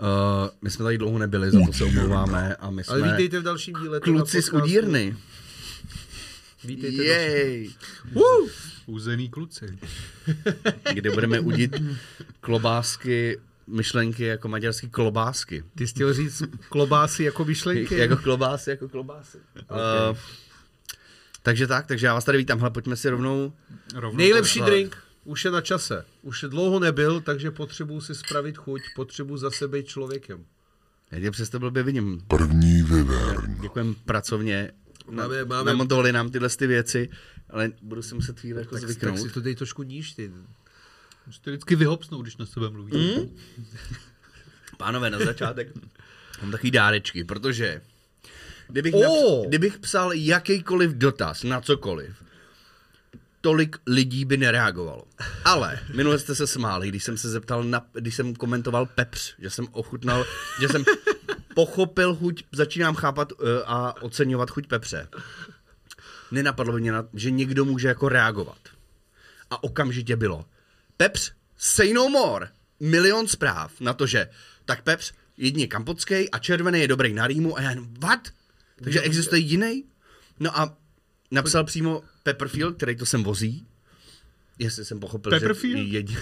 My jsme tady dlouho nebyli, za to se omlouváme. A my jsme ale vítejte v dalším díle. Kluci z Udírny. Vítejte. Jej. Uzený kluci. Kde budeme udit klobásky, myšlenky jako maďarský klobásky. Ty jsi chtěl říct klobásy jako myšlenky? Jako klobásy. Okay. Takže já vás tady vítám. Hele, pojďme si rovnou Nejlepší drink. Už je na čase. Už dlouho nebyl, takže potřebuji si spravit chuť, potřebuji zase být člověkem. Já tě přesto blbě vidím. První vyvern. Děkujem pracovně. Máme... Namontovali nám tyhle ty věci, ale budu si muset chvíli jako zvyknout. Tak si to dej trošku níž, ty. Musíte vždycky vyhopsnout, když na sebe mluvíte. Pánové, na začátek mám takový dárečky, protože kdybych psal jakýkoliv dotaz na cokoliv, tolik lidí by nereagovalo. Ale minule jste se smáli, když jsem se zeptal, když jsem komentoval pepř, že jsem ochutnal, že jsem pochopil chuť, začínám chápat a oceňovat chuť pepře. Nenapadlo mě, že někdo může jako reagovat. A okamžitě bylo. Pepř, say no more. Milion zpráv na to, že tak pepř jedině kampotský a červený je dobrý na rýmu a já jenom, what? Takže existuje jiný? No a napsal přímo Pepperfield, který to sem vozí. Jestli jsem pochopil, Pepperfield? Že jediný.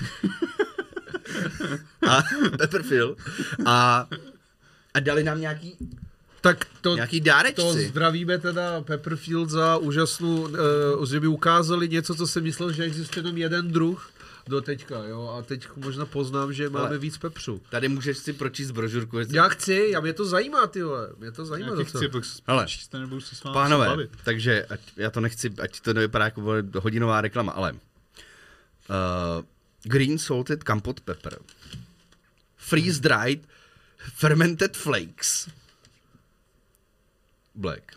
A Pepperfield. A dali nám nějaký dárečci. To zdravíme teda Pepperfield za úžasnou, že by ukázali něco, co jsem myslel, že existuje jenom jeden druh do teďka, jo, a teď možná poznám, že máme víc pepřu. Tady můžeš si pročíst brožurku. Já chci, mě to zajímá, ty vole, mě to zajímá docela. Ale, nebudu se s vámi pánové, bavit. takže já to nechci, ať to nevypadá jako hodinová reklama, ale green salted compot pepper, freeze dried fermented flakes, black,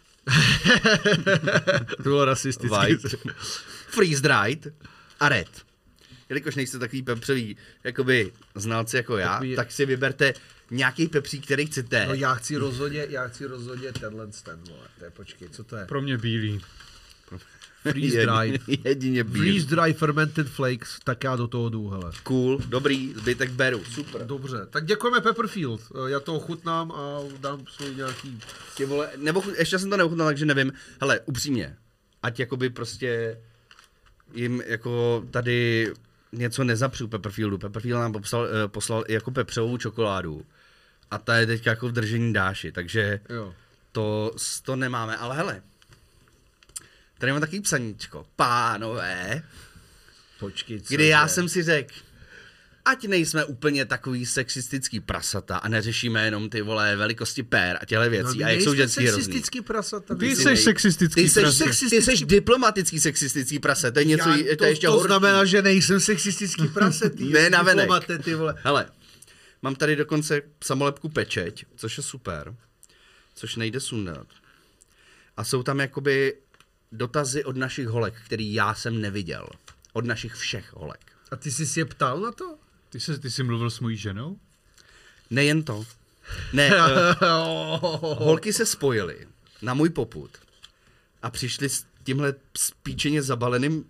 to bylo rasistický. white, freeze dried a red. Jelikož nejste takový pepřový jakoby znalci jako já, tak si vyberte nějaký pepřík, který chcete. No já chci rozhodně tenhle vole. Počkej, co to je? Pro mě bílý. Freeze dry. Jedině bílý. Freeze dry fermented flakes, tak já do toho jdu, hele. Cool, dobrý, zbytek beru, super. Dobře, tak děkujeme Pepperfield, já to ochutnám a dám svůj nějaký... Ty vole, nebo ještě jsem to neochutnal, takže nevím. Hele, upřímně, ať jakoby prostě jim jako tady něco nezapřu Pepperfieldu. Pepperfield nám poslal jako pepřovou čokoládu a ta je teďka jako v držení Dáši, takže jo. To nemáme, ale hele, tady mám takový psaníčko. Pánové, Počkej, kdy já jsem si řekl, ať nejsme úplně takový sexistický prasata a neřešíme jenom ty vole velikosti pér a těhle věcí. No, a jak jsou ženský hrozný. sexistický prasata. Ty jsi sexistický prase. Ty jsi diplomatický sexistický prase, to je něco, to je ještě to horší. znamená, že nejsem sexistický prase, ty. Ne navenek. Ty vole. Hele, mám tady dokonce samolepku pečeť, což je super, což nejde sundat. A jsou tam jakoby dotazy od našich holek, který já jsem neviděl. Od našich všech holek. A ty jsi je ptal na to? Ty jsi mluvil s mojí ženou? Nejen to. Ne, holky se spojily na můj popud a přišli s tímhle spíčeně zabaleným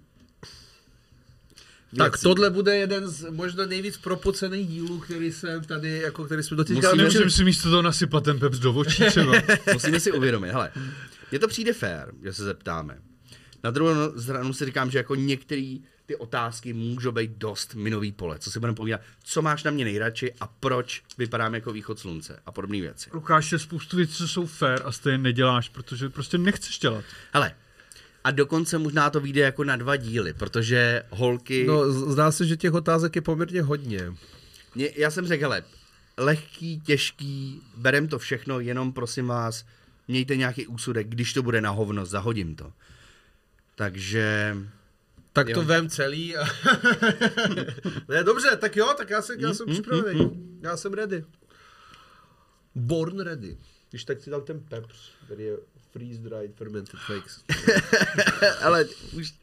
tak věcí. tohle bude jeden z možná nejvíc propocených dílů, který jsem tady, jako který jsme doteďka... Musím si místo toho nasypat ten peps do očí třeba. Musíme si uvědomit, hele, mně to přijde fér, že se zeptáme. Na druhou stranu si říkám, že jako některé ty otázky můžou být dost minový pole. Co si budeme povídat, co máš na mě nejradši a proč vypadám jako východ slunce a podobné věci. Lukáš, je spoustu věcí, co jsou fér a stejně neděláš, protože prostě nechceš dělat. Hele, a dokonce možná to vyjde jako na 2 díly, protože holky... No, zdá se, že těch otázek je poměrně hodně. Já jsem řekl, hele, lehký, těžký, berem to všechno, jenom prosím vás, mějte nějaký úsudek, když to bude na hovno, zahodím to. Takže... Tak jo. to vem celý. Ne, dobře, tak jo, tak já jsem připravený. Já jsem ready. Born ready. Když tak si dal ten pepř, který je freeze dried fermented flakes. Ale už...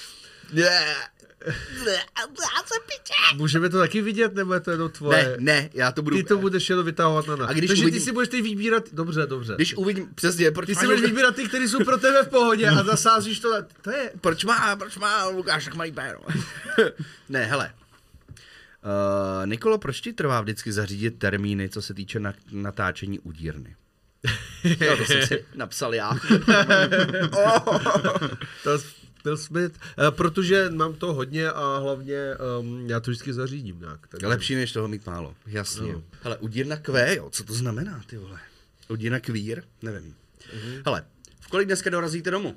Můžeme to taky vidět, nebo je to jenom tvoje? Ne, já to budu... Ty to budeš jenom vytahovat na nás. Takže uvidím... ty si budeš teď vybírat... Dobře. Když uvidím, přesně, ty si budeš vybírat ty, kteří jsou pro tebe v pohodě a zasázíš to je... Proč má Lukáš tak malý péro? Ne, hele. Nikolo, proč ti trvá vždycky zařídit termíny, co se týče natáčení udírny? Jo, to jsem si napsal já. To byl Smith, protože mám to hodně a hlavně já to vždycky zařídím nějak. Takže... Lepší, než toho mít málo, jasně. No. Hele, udírna kvé, jo, co to znamená, ty vole? Udírna kvír? Nevím. Hele, v kolik dneska dorazíte domů?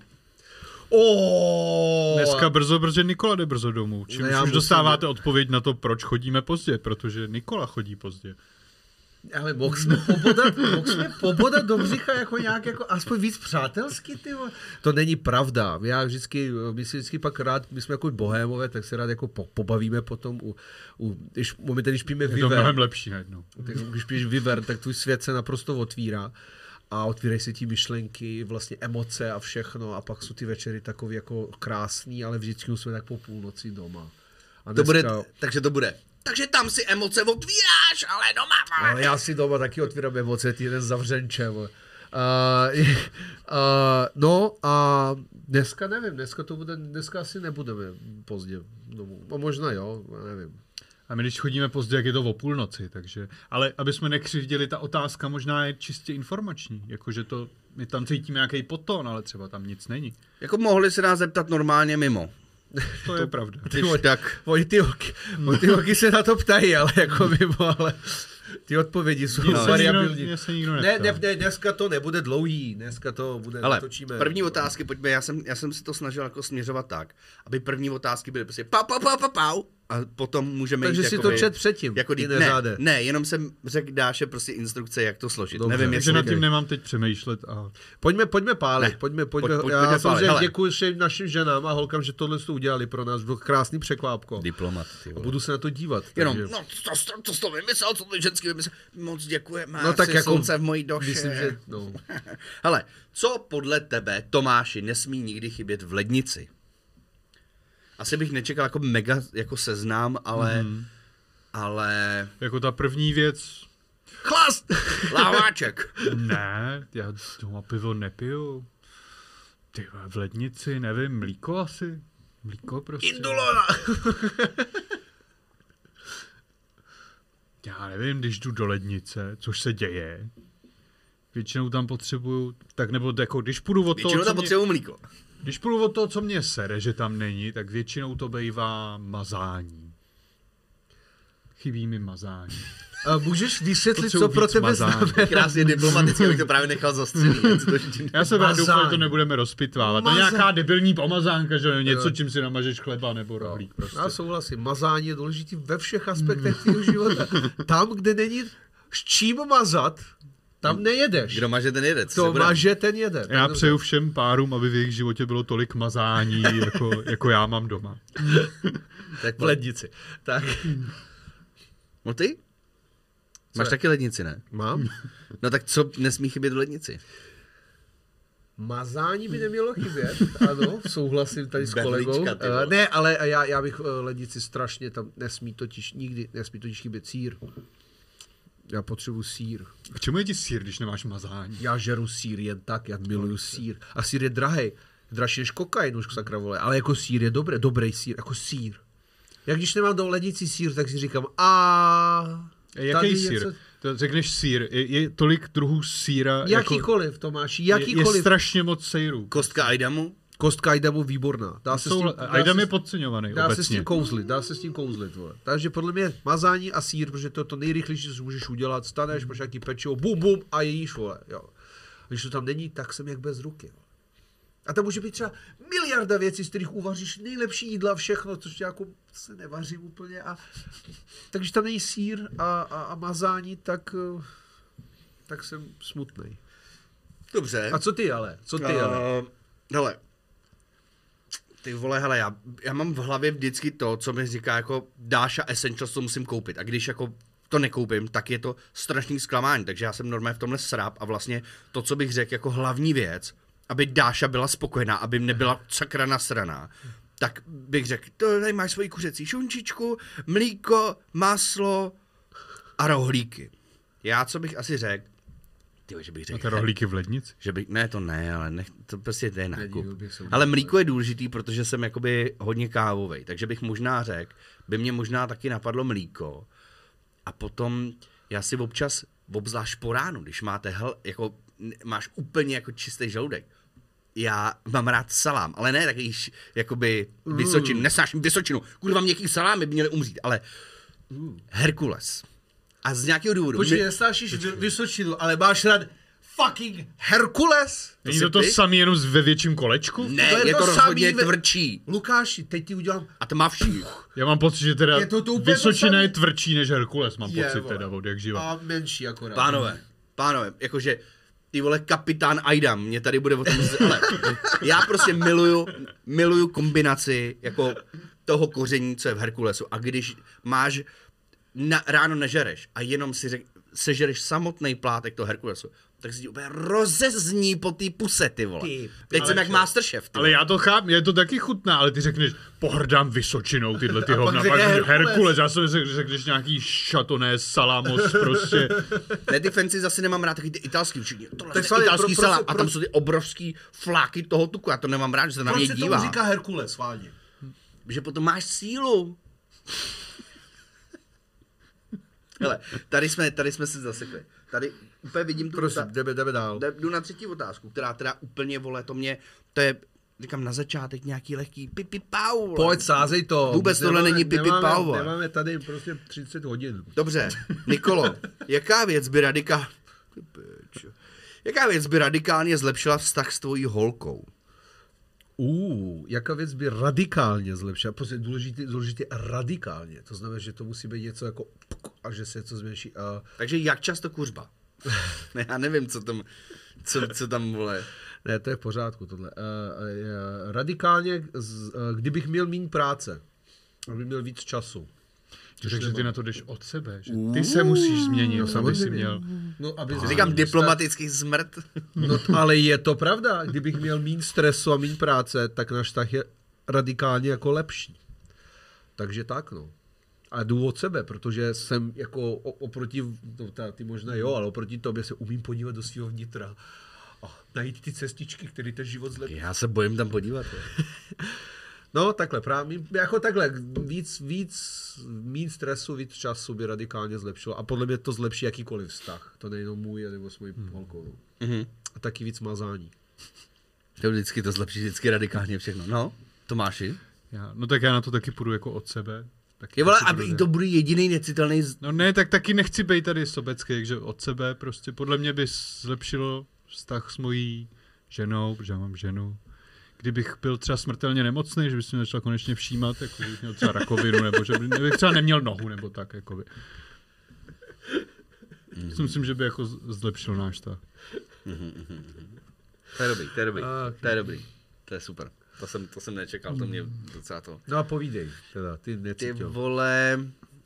Dneska brzo, protože Nikola jde brzo domů. Čím už dostáváte odpověď na to, proč chodíme pozdě, protože Nikola chodí pozdě. Ale mohl jsme pobodat do břicha jako nějak, jako aspoň víc přátelsky, ty vole. To není pravda. My si vždycky pak rád, my jsme jako bohémové, tak se rád jako pobavíme potom, když pijeme Viver. Je to mnohem lepší najednou. Když piješ Viver, tak tvůj svět se naprosto otvírá. A otvírají se ti myšlenky, vlastně emoce a všechno. A pak jsou ty večery takový jako krásný, ale vždycky jsme tak po půlnoci doma. A dneska... Takže to bude. Takže tam si emoce otvíráš, ale doma. Ale já si doma taky otvírám emoce, ty jeden zavřenčem. No a dneska nevím, dneska asi nebudeme pozdě domů. A možná jo, nevím. A my když chodíme pozdě, jak je to o půlnoci, takže... Ale aby jsme nekřivděli, ta otázka možná je čistě informační. Jakože to, my tam cítíme nějaký podton, ale třeba tam nic není. Jako mohli se nás zeptat normálně mimo. To je pravda. Oni ty holky se na to ptají, ale jako mimo, ale ty odpovědi jsou variabilní. Ne, dneska to nebude dlouhý, dneska to bude, ale natočíme. První otázky, pojďme, já jsem si to snažil jako směřovat tak, aby první otázky byly prostě pau, a potom můžeme takže jít si jakoby, to čet předtím, jako ne, jenom jsem řekl Dáše prostě instrukce, jak to složit. Dobře, nevím, takže nad tím nemám teď přemýšlet. A... Pojďme pálit, pojďme já samozřejmě děkuji všem našim ženám a holkám, že tohle to udělali pro nás, byl krásný překvápko. Diplomat. Budu se na to dívat. Jenom, no to jsi to vymyslel, co to ženský vymyslel, moc děkujeme, no tak jako slunce v mojí doše. Myslím, že, no. Hele, co podle tebe, Tomáši, nesmí nikdy chybět v lednici? Asi bych nečekal jako mega jako seznám, ale... Jako ta první věc... Chlast! Láváček! Ne, já doma pivo nepiju. Ty v lednici, nevím, mlíko asi. Mlíko prostě. Indulona! Já nevím, když jdu do lednice, což se děje. Většinou tam potřebuju, tak nebo jako když půjdu od toho, většinou tam potřebuju mlíko. Když půjdu od toho, co mě sere, že tam není, tak většinou to bývá mazání. Chybí mi mazání. A můžeš vysvětlit, co pro tebe znamená? Krásně diplomaticky, abych to právě nechal zastřelit. Já se doufám, že to nebudeme rozpitvávat. To je nějaká debilní pomazánka, že něco, čím si namažeš chleba nebo rohlík. Prostě. Já souhlasím, mazání je důležitý ve všech aspektech tvého života. Tam, kde není s čím mazat, tam nejedeš. Kdo maže, ten jede. Kdo maže, ten jede. Já přeju všem párům, aby v jejich životě bylo tolik mazání, jako já mám doma. Tak v lednici. Tak. No ty? Máš taky lednici, ne? Mám. No tak co nesmí chybět v lednici? Mazání by nemělo chybět, ano, souhlasím tady s kolegou. Ne, ale já bych lednici strašně, tam nesmí totiž chybět sýr. Já potřebuji sýr. K čemu je ti sýr, když nemáš mazání? Já žeru sýr jen tak, já miluju sýr. A sýr je drahej. Dražší než kokain, už sakra vole. Ale jako sýr je dobrý sýr, jako sýr. Jak když nemám do lednici sýr, tak si říkám, jaký sýr? To řekneš sýr. Je tolik druhů sýra. Jakýkoliv, Tomáši, jakýkoliv. Je strašně moc sýrů. Kostka Aidamu? Kostka Aidamu výborná. Aidam je podceňovaný dá se s tím kouzlit. Vole. Takže podle mě mazání a sýr, protože to je to nejrychlejší, co můžeš udělat. Staneš, máš nějaký pečivo, bum a jíš, vole. Jo. Když to tam není, tak jsem jak bez ruky. Vole. A tam může být třeba miliarda věcí, z kterých uvaříš nejlepší jídla, všechno, což jako se nevařím úplně. Takže tam není sýr a mazání, tak jsem smutnej. Dobře. A co ty ale? Hele. Ty vole, hele, já mám v hlavě vždycky to, co mi říká jako Dáša Essentials, co musím koupit. A když jako to nekoupím, tak je to strašný zklamání. Takže já jsem normálně v tomhle sráp a vlastně to, co bych řekl jako hlavní věc, aby Dáša byla spokojená, aby nebyla sakra nasraná, tak bych řekl, tady máš svoji kuřecí šunčičku, mlíko, maslo a rohlíky. Já, co bych asi řekl, Tyjo, že bych A řekl, ty rohlíky v lednici? že bych, ne, to ne, ale to prostě je nákup. Nedivil bych se. Ale mlíko je důležitý, protože jsem jakoby hodně kávovej, takže bych možná řekl, by mě možná taky napadlo mlíko a potom já si občas, obzvlášť po ránu, když máte, jako máš úplně jako čistý žaludek, já mám rád salám, ale ne takový jakoby Vysočinu, nesnáším Vysočinu, kurva měkký salámy by měly umřít, ale Herkules. A z nějakého důvodu. Počkej, nesnášíš Vysočinu, ale máš rád fucking Herkules? Není to to samý jenom ve větším kolečku? Ne, To je je to to rozhodně samý tvrdší. Lukáši, teď ti udělám... A tmavší. Já mám pocit, že teda Je to úplně to Vysočina samý. je tvrdší než Herkules, mám Je, pocit vole. teda od jak živa. A menší akorát. Pánové, jakože ty vole kapitán Aidam, mě tady bude o tom ale já prostě miluju kombinaci jako toho koření, co je v Herkulesu. A když máš, ráno nežereš a jenom si sežereš samotný plátek toho Herkulesu, tak si ti úplně rozezní po té puse, ty vole. Teď jsem jak Masterchef, ty Ale vole. já to chápu, je to taky chutná, ale ty řekneš, pohrdám Vysočinou, tyhle ty A pak hovna, řekne pak Herkules. Herkules, já jsem řekneš nějaký šatoné salamos prostě. Ne, ty fancy zase nemám rád, taky ty italský učení. Tohle Tak je Sváně, italský prosím, salám a tam jsou ty obrovský fláky toho tuku, já to nemám rád, že se na mě Proč se tomu dívá. říká Herkules, Váně? Že potom máš sílu. Hele, tady jsme se zasekli. Tady úplně vidím tu... Prosím, jdeme dál. Jdu na třetí otázku, která teda úplně, vole, to je, říkám, na začátek nějaký lehký pipi-pau. vole. Pojď, sázej to. Vůbec tohle není pipi-pau, vole. Nemáme tady prostě 30 hodin. Dobře, Nikolo, jaká věc by radikálně zlepšila vztah s tvojí holkou? Jaká věc by radikálně zlepšila? Prostě důležitý radikálně. To znamená, že to musí být něco jako a že se něco zmenší. Takže jak často kuřba? Ne, já nevím, co tam, vole. Ne, to je v pořádku tohle. Radikálně, kdybych měl méně práce, abych měl víc času. Řekl, že ty na to jdeš od sebe, že ty se musíš změnit, aby si měl. No, aby Říkám diplomatický smrt. No, ale je to pravda. Kdybych měl méně stresu a méně práce, tak náš vztah je radikálně jako lepší. Takže tak, no. A jdu od sebe, protože jsem jako oproti, ty možná jo, ale oproti tobě se umím podívat do svého vnitra. A najít ty cestičky, které ten život zlepší. Já se bojím tam podívat. No, takhle, právě, jako takhle, méně stresu, víc času by radikálně zlepšilo. A podle mě to zlepší jakýkoliv vztah. To nejenom můj, nebo s mojí holkou. Mhm. A taky víc mazání. To zlepší vždycky radikálně všechno. No, Tomáši? No tak já na to taky půjdu jako od sebe. Taky Je vole, taky aby budu- to bude jediný necitelný... No ne, tak taky nechci být tady sobecký, takže od sebe prostě podle mě by zlepšilo vztah s mojí ženou, protože já mám ženu. Kdybych byl třeba smrtelně nemocný, že bych si začal konečně všímat, jako bych měl třeba rakovinu, nebo že bych třeba neměl nohu, nebo tak, jakoby. Si myslím, že by jako zlepšil náš vztah. To je dobrý. To je super. To jsem nečekal, to mě docela to... No a povídej, teda, ty Ty necítil. vole...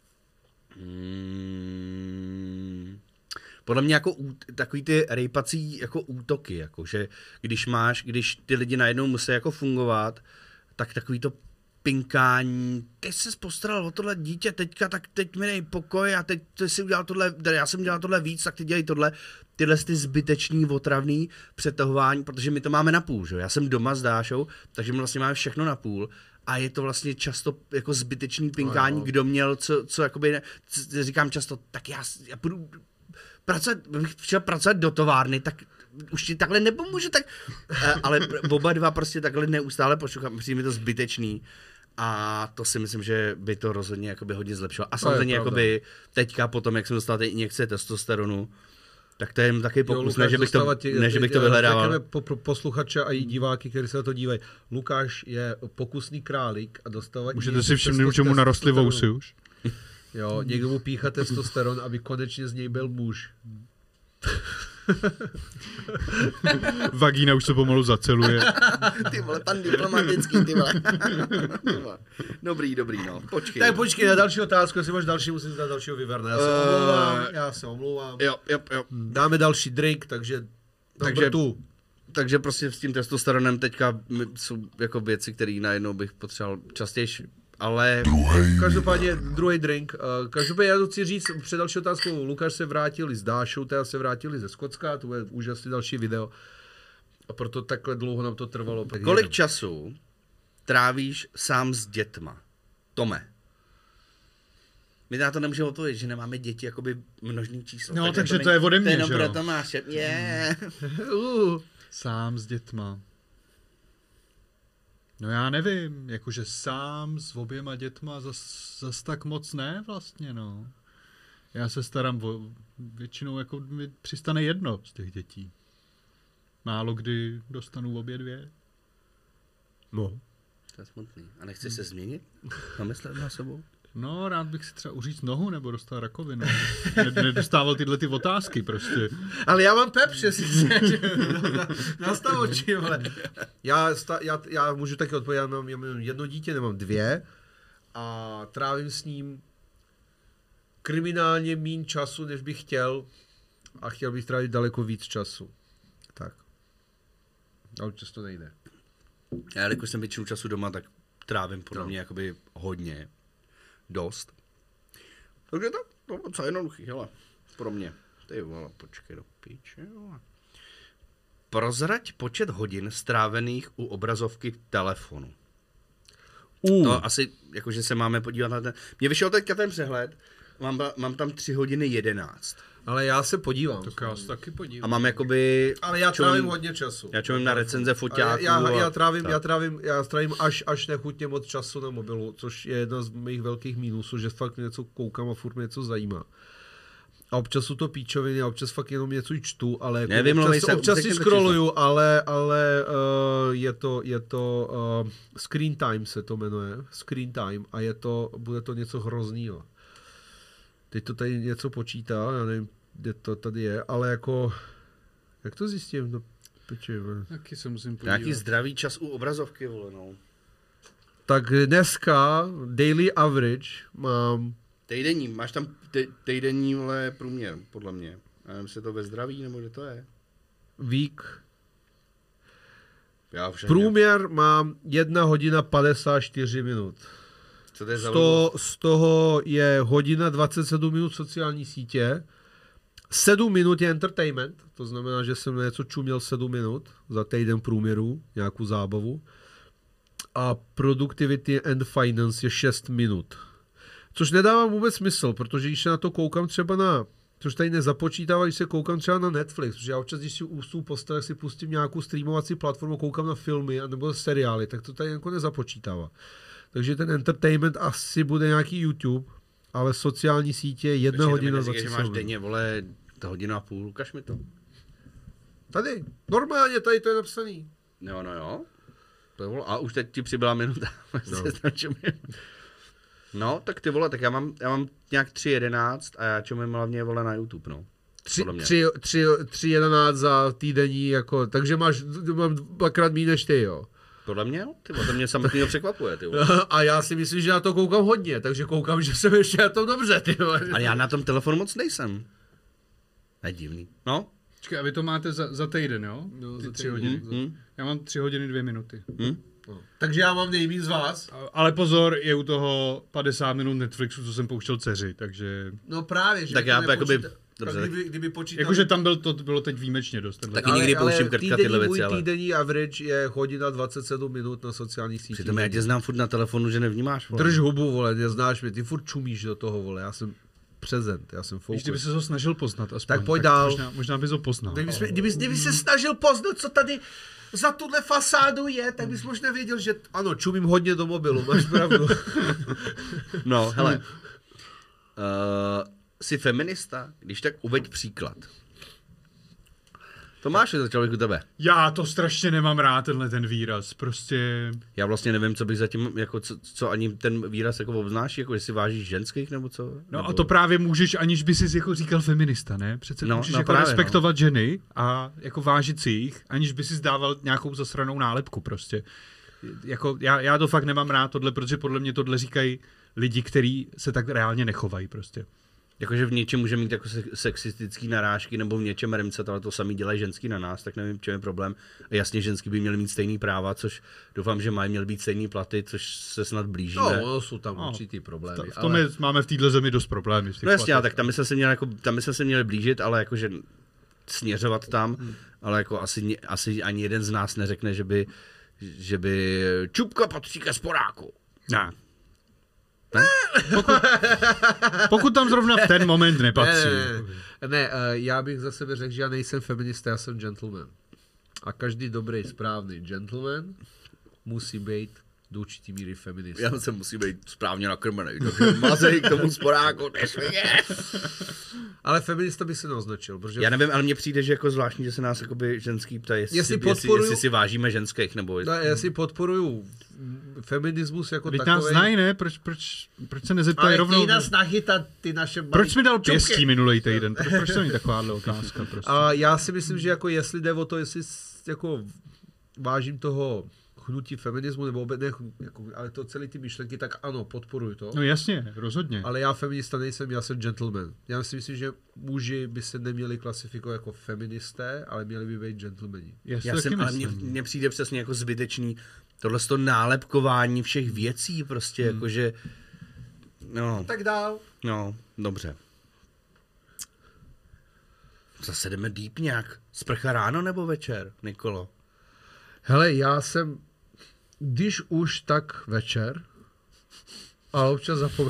Podle mě jako takový ty rejpací jako útoky, jako, že když ty lidi najednou musí jako fungovat, tak takový to pinkání, ty jsi postaral o tohle dítě teďka, tak teď mi dej pokoj a teď ty si udělal tohle, já jsem dělal tohle víc, tak ty dělej tohle, tyhle ty zbytečný, otravný přetahování, protože my to máme na půl, že? Já jsem doma s Dášou, takže my vlastně máme všechno na půl a je to vlastně často jako zbytečný pinkání, kdo měl, co jakoby, říkám často, tak já půjdu bych šel pracovat do továrny, tak už ti takhle nepomůžu, tak... Ale oba dva prostě takhle neustále pošukám, přijde mi to zbytečný. A to si myslím, že by to rozhodně jakoby hodně zlepšilo. A samozřejmě jakoby teďka potom, jak jsem dostal ty injekce testosteronu, tak to je jen takový pokus, ne, že bych to vyhledával. Posluchače a i diváky, kteří se na to dívají. Lukáš je pokusný králík a dostává... Můžete si všimnout, že mu narostly vousy už? Jo, někdo mu píchá testosteron, aby konečně z něj byl muž. Vagína už se pomalu zaceluje. Ty vole, pan diplomatický, ty vole. Dobrý, no, počkej. Tak počkej na další otázku, jestli máš další, musím dát dalšího vyverna. Já se omlouvám. Jo. Dáme další drink, takže tu. Takže prostě s tím testosteronem teďka jsou jako věci, které najednou bych potřeboval častěji ale... Každopádně druhý drink. Každopádně já to chci říct, před další otázkou, Lukáš se vrátili s Dášou, teda se vrátili ze Skotska, to bude úžasný další video. A proto takhle dlouho nám to trvalo. Kolik času trávíš sám s dětma? Tome. My na to nemůžeme odpovědět, že nemáme děti, jakoby množný číslo. No, takže to je ode mě, že jo? To je jenom pro Tomáše. Sám s dětma. No já nevím, jakože sám s oběma dětma zas tak moc ne vlastně, no. Já se starám většinou, jako mi přistane jedno z těch dětí. Málo kdy dostanu obě dvě. No. To je smutný. A nechci se změnit? Namyslet na sebou? No, rád bych si třeba uříct nohu nebo dostal rakovinu. Nedostával tyhle ty otázky prostě. Ale já mám pepře, si nastav oči, ale já můžu taky odpovědět, já mám jedno dítě, nemám dvě a trávím s ním kriminálně míň času, než bych chtěl a chtěl bych trávit daleko víc času. Tak. Ale často nejde. Já, jelikož jsem většinu času doma, tak trávím podle mě jakoby hodně. Dost. Takže to bylo docela jednoduchý, hele, pro mě. Ty vole, počkej do píče, vole. Prozrať počet hodin strávených u obrazovky telefonu. To asi, jakože se máme podívat na ten... Mně vyšel teďka ten přehled, mám tam 3 hodiny 11. Ale já se podívám. Tak já se taky podívám. A mám jakoby... Ale já trávím hodně času. Já čumím na recenze foťáků. Já trávím až nechutně moc času na mobilu, což je jedna z mých velkých mínusů, že fakt něco koukám a furt mě něco zajímá. A občas jsou to píčoviny, a občas fakt jenom něco čtu, ale jako občas si scrolluju, ale je to Screen Time se to jmenuje, Screen Time a bude to něco hroznýho. Teď to tady něco počítá, já nevím, kde to tady je, ale jako, jak to zjistím? No, taky se musím podívat. Nějaký zdravý čas u obrazovky, vole, no. Tak dneska, daily average, mám... Týdenní, máš tam týdenní, vole, průměr, podle mě. Já nevím, jestli je to ve zdraví, nebo kde to je. Week. Já průměr mám 1 hodina 54 minut. Co to je za z toho je hodina 27 minut sociální sítě, 7 minut je entertainment, to znamená, že jsem něco čuměl 7 minut za týden průměru, nějakou zábavu. A productivity and finance je 6 minut. Což nedává vůbec smysl, protože když se na to koukám třeba což tady nezapočítává, když se koukám třeba na Netflix, protože já občas, když si usnu postel, si pustím nějakou streamovací platformu, koukám na filmy nebo seriály, tak to tady jako nezapočítává. Takže ten entertainment asi bude nějaký YouTube, ale sociální sítě 1 hodina 20 minut. Máš denně, vole, to 1,5 hodiny, ukaž mi to. Tady, normálně, tady to je napsaný. Jo. To je, vole, a už teď ti přibyla minuta. No, tak ty vole, tak já mám nějak 3:11 a já čumím hlavně, vole, na YouTube, no. 3:11 za týdenní, jako, takže mám 2krát méně než ty, jo. Podle mě, ty vole, to mě samotného překvapuje, ty vole. A já si myslím, že já to koukám hodně, takže koukám, že jsem ještě na tom dobře, ty vole. Ale já na tom telefonu moc nejsem. Je divný. No? Počkej, a vy to máte za týden, jo? No, za 3 hodiny. Já mám 3 hodiny 2 minuty. No. Takže já mám nejvíc z vás. Ale pozor, je u toho 50 minut Netflixu, co jsem pouštěl dceři, takže... No právě, že... Tak já jakoby... Dobře, kdyby počítal... Jakože tam bylo teď výjimečně dost. Taky někdy pouštím krtka tyhle věci, ale... Můj týdenní average je 1:27 minut na sociálních sítích. Přitom já tě znám furt na telefonu, že nevnímáš, vole. Drž hubu, vole, neznáš mě, ty furt čumíš do toho, vole, já jsem prezent, já jsem fokus. Kdyby se ho snažil poznat aspoň. Tak pojď dál. Možná bys ho poznal. Kdyby se snažil poznat, co tady za tuhle fasádu je, tak bys možná věděl, že ano, čumím hodně do mobilu, máš pravdu. No, hele. Jsi feminista? Když tak uveď příklad. Tomáš, začal bych u tebe. Já to strašně nemám rád, ten výraz, prostě... Já vlastně nevím, co bych zatím, jako co ani ten výraz jako obznáší, jako jestli vážíš ženských, nebo co? No nebo... a to právě můžeš, aniž by si jako říkal feminista, ne? Přece můžeš jako právě, respektovat ženy a jako vážit si jich, aniž by si zdával nějakou zasranou nálepku prostě. Jako, já to fakt nemám rád tohle, protože podle mě tohle říkají lidi, kteří se tak reálně nechovají prostě. Jakože v něčem může mít jako sexistický narážky, nebo v něčem remcat, ale to samý dělají ženský na nás, tak nevím, čem je problém. A jasně, ženský by měly mít stejný práva, což doufám, že měly být stejný platy, což se snad blížíme. No, jsou tam určitý problémy. V tom máme v této zemi dost problémů. No jasně, tak tam jsme se měli blížit, ale jakože směřovat tam, ale jako asi ani jeden z nás neřekne, že by čupka patří ke sporáku. Ne. Pokud tam zrovna v ten moment nepatří. Ne, já bych za sebe řekl, že já nejsem feminista, já jsem gentleman. A každý dobrý, správný gentleman musí být do určitý míry feminista. Já se musí být správně nakrmený, takže mazej k tomu sporáku, Ale feminista by se neoznačil, protože... Já nevím, ale mně přijde, že jako zvláštní, že se nás jakoby ženský ptají, jestli si vážíme ženských, nebo... No, já si podporuju feminismus jako takovej. Nás znají, ne? Proč se nezeptají rovnou? Ale nás nachytat ty naše malý... Proč mi dal pěstí minulý týden? Proč to není takováhle otázka? Prostě? A já si myslím, že jako jestli jde o to, jestli jako vážím toho hnutí feminismu, nebo ne, jako, ale to celý ty myšlenky, tak ano, podporuji to. No jasně, rozhodně. Ale já feminista nejsem, já jsem gentleman. Já si myslím, že muži by se neměli klasifikovat jako feministé, ale měli by být gentlemani. Ale mně přijde přesně jako zbytečný tohle nálepkování všech věcí, prostě jakože, no. Tak dál. No, dobře. Zase jdeme deep nějak. Sprcha ráno nebo večer, Nikolo? Hele, já jsem, když už tak večer, ale občas zapomenu.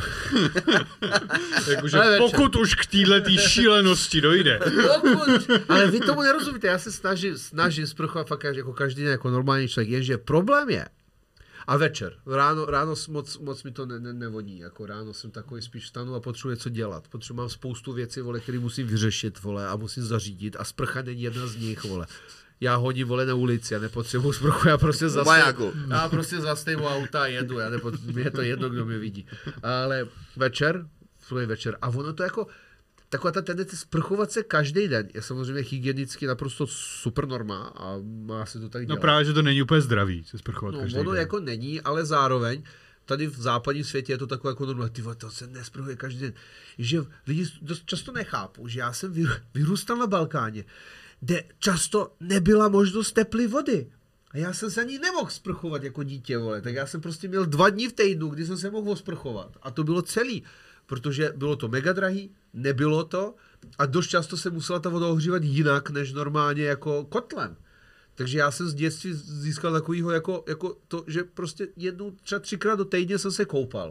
Pokud už k této šílenosti dojde. Ale vy tomu nerozumíte, já se snažím sprchovat fakt jako každý den, jako normální člověk, jenže problém je, a večer, ráno moc mi to nevoní, jako ráno jsem takový spíš vstanu a potřebuji něco dělat, mám spoustu věcí, vole, které musím vyřešit, vole, a musím zařídit a sprcha není jedna z nich, vole. Já hodím, vole, na ulici, já nepotřebuji sprchu, já prostě zastejmu auta a jedu, mě je to jedno, kdo mě vidí. Ale večer, a ono to jako, taková ta tendence sprchovat se každý den je samozřejmě hygienicky naprosto super norma a má se to tak dělat. No právě, že to není úplně zdravý se sprchovat každý den. Ono jako není, ale zároveň tady v západním světě je to takové jako normální, to se nesprchuje každý den. Že lidi dost často nechápou, že já jsem vyrůstal na Balkáně, kde často nebyla možnost teplé vody. A já jsem se ani nemohl sprchovat jako dítě, vole. Tak já jsem prostě měl 2 dny v týdnu, kdy jsem se mohl osprchovat. A to bylo celý. Protože bylo to mega drahý, nebylo to a dost často se musela ta voda ohřívat jinak, než normálně jako kotlem. Takže já jsem z dětství získal takovýho jako to, že prostě jednou, třeba 3krát do týdně jsem se koupal.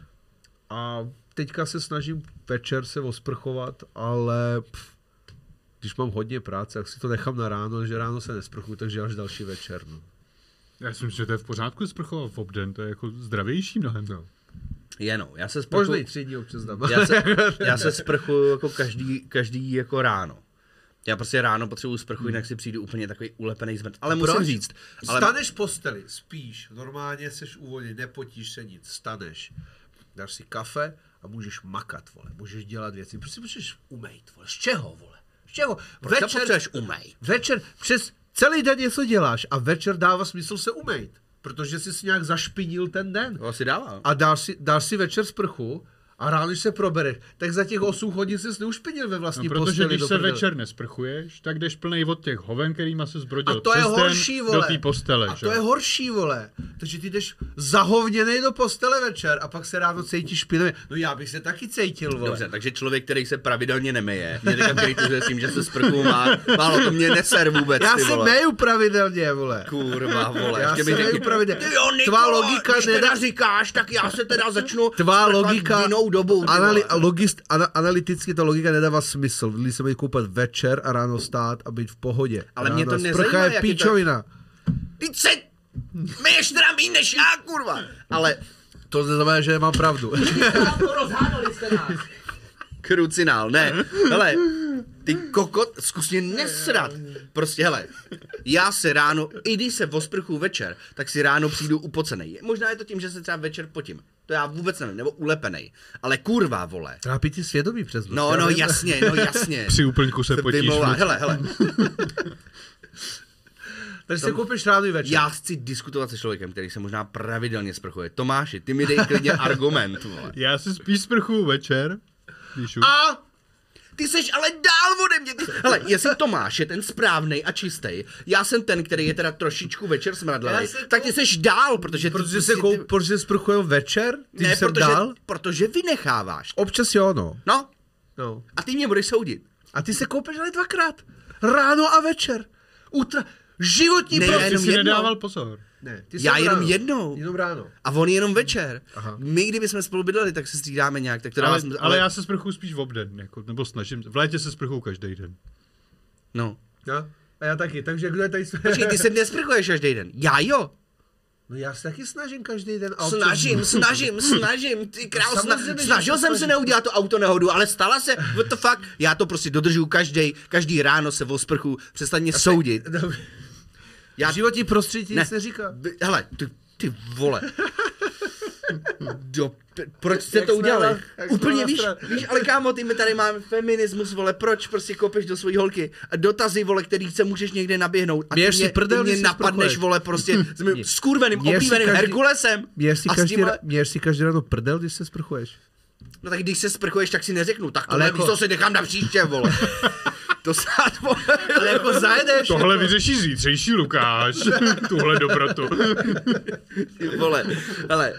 A teďka se snažím večer se osprchovat, ale když mám hodně práce, tak si to nechám na ráno, že ráno se nesprchuju, takže až další večer. No. Já si myslím, že to je v pořádku sprchovat v obden, to je jako zdravější mnohem. No. Já se sprchuju. Možná i 3 dny občas dám. Já se sprchuju jako každý jako ráno. Já prostě ráno potřebuji sprchu, jinak si přijdu úplně takový ulepený zmrt. Ale musím říct. Staneš v posteli, spíš, normálně seš uvolněný, nepotíš se nic, staneš, dáš si kafe a můžeš makat, vole, můžeš dělat věci. Prostě můžeš umejt, vole. Z čeho, vole? Z čeho? Večer přes celý den něco děláš a večer dává smysl se umejt. Protože jsi si nějak zašpinil ten den. To asi dává. A dáš si večer sprchu a ráno, když se probereš, tak za těch 8 hodin jsi neušpinil ve vlastní posteli. Protože když se večer nesprchuješ, tak jdeš plnej od těch hoven, kterýma se zbrodil přes den do té postele. A to je horší, vole. Takže ty jdeš zahovněnej do postele večer a pak se ráno cítíš špinavě. No já bych se taky cítil, vole. Dobře, takže člověk, který se pravidelně nemeje, mě teďka kritizuje s tím, že se sprchu málo, to mě neser vůbec, já se meju pravidelně, vole. Kurva, vole. Já se meju pravidelně. Tvá logika teda říkáš, tak já se teda začnu tvá logika dobou. Analyticky ta logika nedává smysl. Když se mají koupat večer a ráno stát a být v pohodě. Ale mě to nezajímá, je píčovina. Ty se myješ teda míň než já, kurva. Ale to neznamená, že nemám pravdu. Rozhádali jste nás. Krucinál, ne. Hele, ty kokot, zkus mě nesrat. Prostě, hele, já se ráno, i když se osprchuju večer, tak si ráno přijdu upocenej. Možná je to tím, že se třeba večer potím. To já vůbec nevím, nebo ulepenej. Ale kurva, vole. Trápí ti svědomí přes noc. No jasně. Při úplňku se potíš. Hele. Takže si koupíš ráno i večer. Já chci diskutovat se člověkem, který se možná pravidelně sprchuje. Tomáši, ty mi dej klidně argument, vole. Já si spíš sprchuju večer, Píšu. A Ty seš ale dál ode mě. Hele, jestli Tomáš je ten správnej a čistý, já jsem ten, který je teda trošičku večer smradlavý, tak ty seš dál, protože protože sprchujeme večer? Tím ne, jsem dál? protože vynecháváš. Občas jo, no. No. A ty mě budeš soudit. A ty se koupeš ale dvakrát. Ráno a večer. Životní Ne, prostě. Ty jenom si jednou. nedával pozor. Ne, ty Já jsem jenom ráno. jednou. Jenom ráno. A on jenom večer. Aha. My, kdybychom spolu bydleli, tak se střídáme nějak. Tak to Ale já se sprchuju spíš v obden, jako, nebo snažím. V létě se sprchuju každý den. No. No, a já taky, takže kdo je tady... Počkej, ty se nesprchuješ každý den. Já jo. No já se taky snažím každý den. A Snažím, ty král, Samozřejmě, snažil že jsem se neudělat to auto nehodu, ale stala se, what the fuck, já to prostě dodržuju každý ráno se osprchu, přestaň mě soudit. Já, Životní prostředí nic neříká. Hele, ty vole. Proč jste to udělali? Úplně víš, ale kámo, ty mi tady máme feminismus, vole, proč prostě kopeš do svojí holky a dotazy, vole, který se můžeš někde naběhnout a Měř si ty prdel, mě když se napadneš, sprchuješ. vole, prostě s mým skurveným, Měř si oblíbeným každý- Herkulesem. Měř si každý ráno prdel, když se sprchuješ. No tak když se sprchuješ, tak si neřeknu, tak Ale tohle jako- místo si nechám na příště, vole. To snad, vole. Ale jako zajedeš. Tohle vyřeší zítřejší Lukáš. Tuhle dobrotu. Ty vole, hele,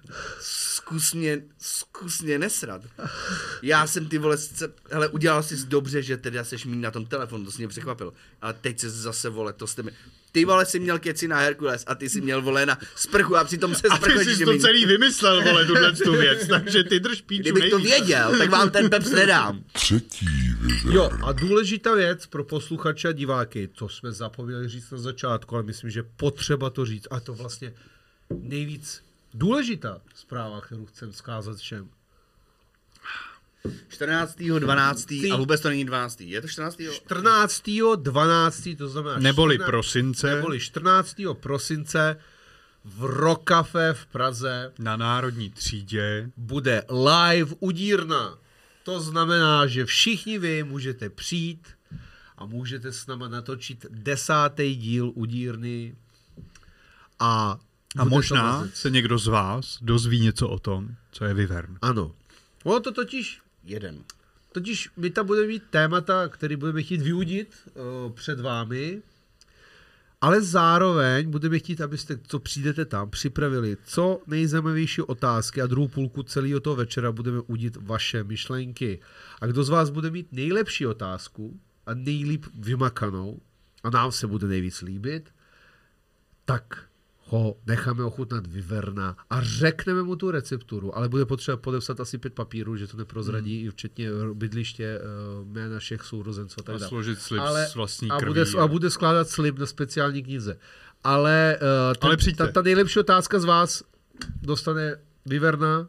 zkus mě nesrat. Já jsem ty vole, hele, udělal jsi dobře, že teda seš mít na tom telefonu, to jsi mě překvapil. Ale teď se zase, vole, to jste mi... Ty vole si měl keci na Herkules a ty si měl, vole, na sprchu a přitom se A sprchuješ. ty jsi to celý vymyslel, vole, tu věc, takže ty drž píču Kdybych to nejvíc. věděl, tak vám ten peps nedám. Jo, a důležitá věc pro posluchače a diváky, to jsme zapomněli říct na začátku, ale myslím, že potřeba to říct. A to vlastně nejvíc důležitá zpráva, kterou chcem vzkázat všem. 14.12. a vůbec to není 12. Je to 14. 14.12., to znamená... Neboli prosince. Neboli 14. prosince v Rock Café v Praze Na Národní třídě. bude live udírna. To znamená, že všichni vy můžete přijít a můžete s náma natočit 10. díl udírny a A bude to možná mrzet. se někdo z vás dozví něco o tom, co je Vyvern. Ano. Ono to totiž my tam budeme mít témata, které budeme chtít vyudit před vámi, ale zároveň budeme chtít, abyste, co přijdete tam, připravili co nejzajímavější otázky a druhou půlku celého toho večera budeme udit vaše myšlenky. A kdo z vás bude mít nejlepší otázku a nejlíp vymakanou a nám se bude nejvíc líbit, tak ho necháme ochutnat Vyverna a řekneme mu tu recepturu, ale bude potřeba podepsat asi 5 papírů, že to neprozradí, včetně bydliště, jména všech sourozenců a tak A dále. složit slib s vlastní a krví. bude skládat slib na speciální knize. Ale přijďte. ta nejlepší otázka z vás dostane Vyverna,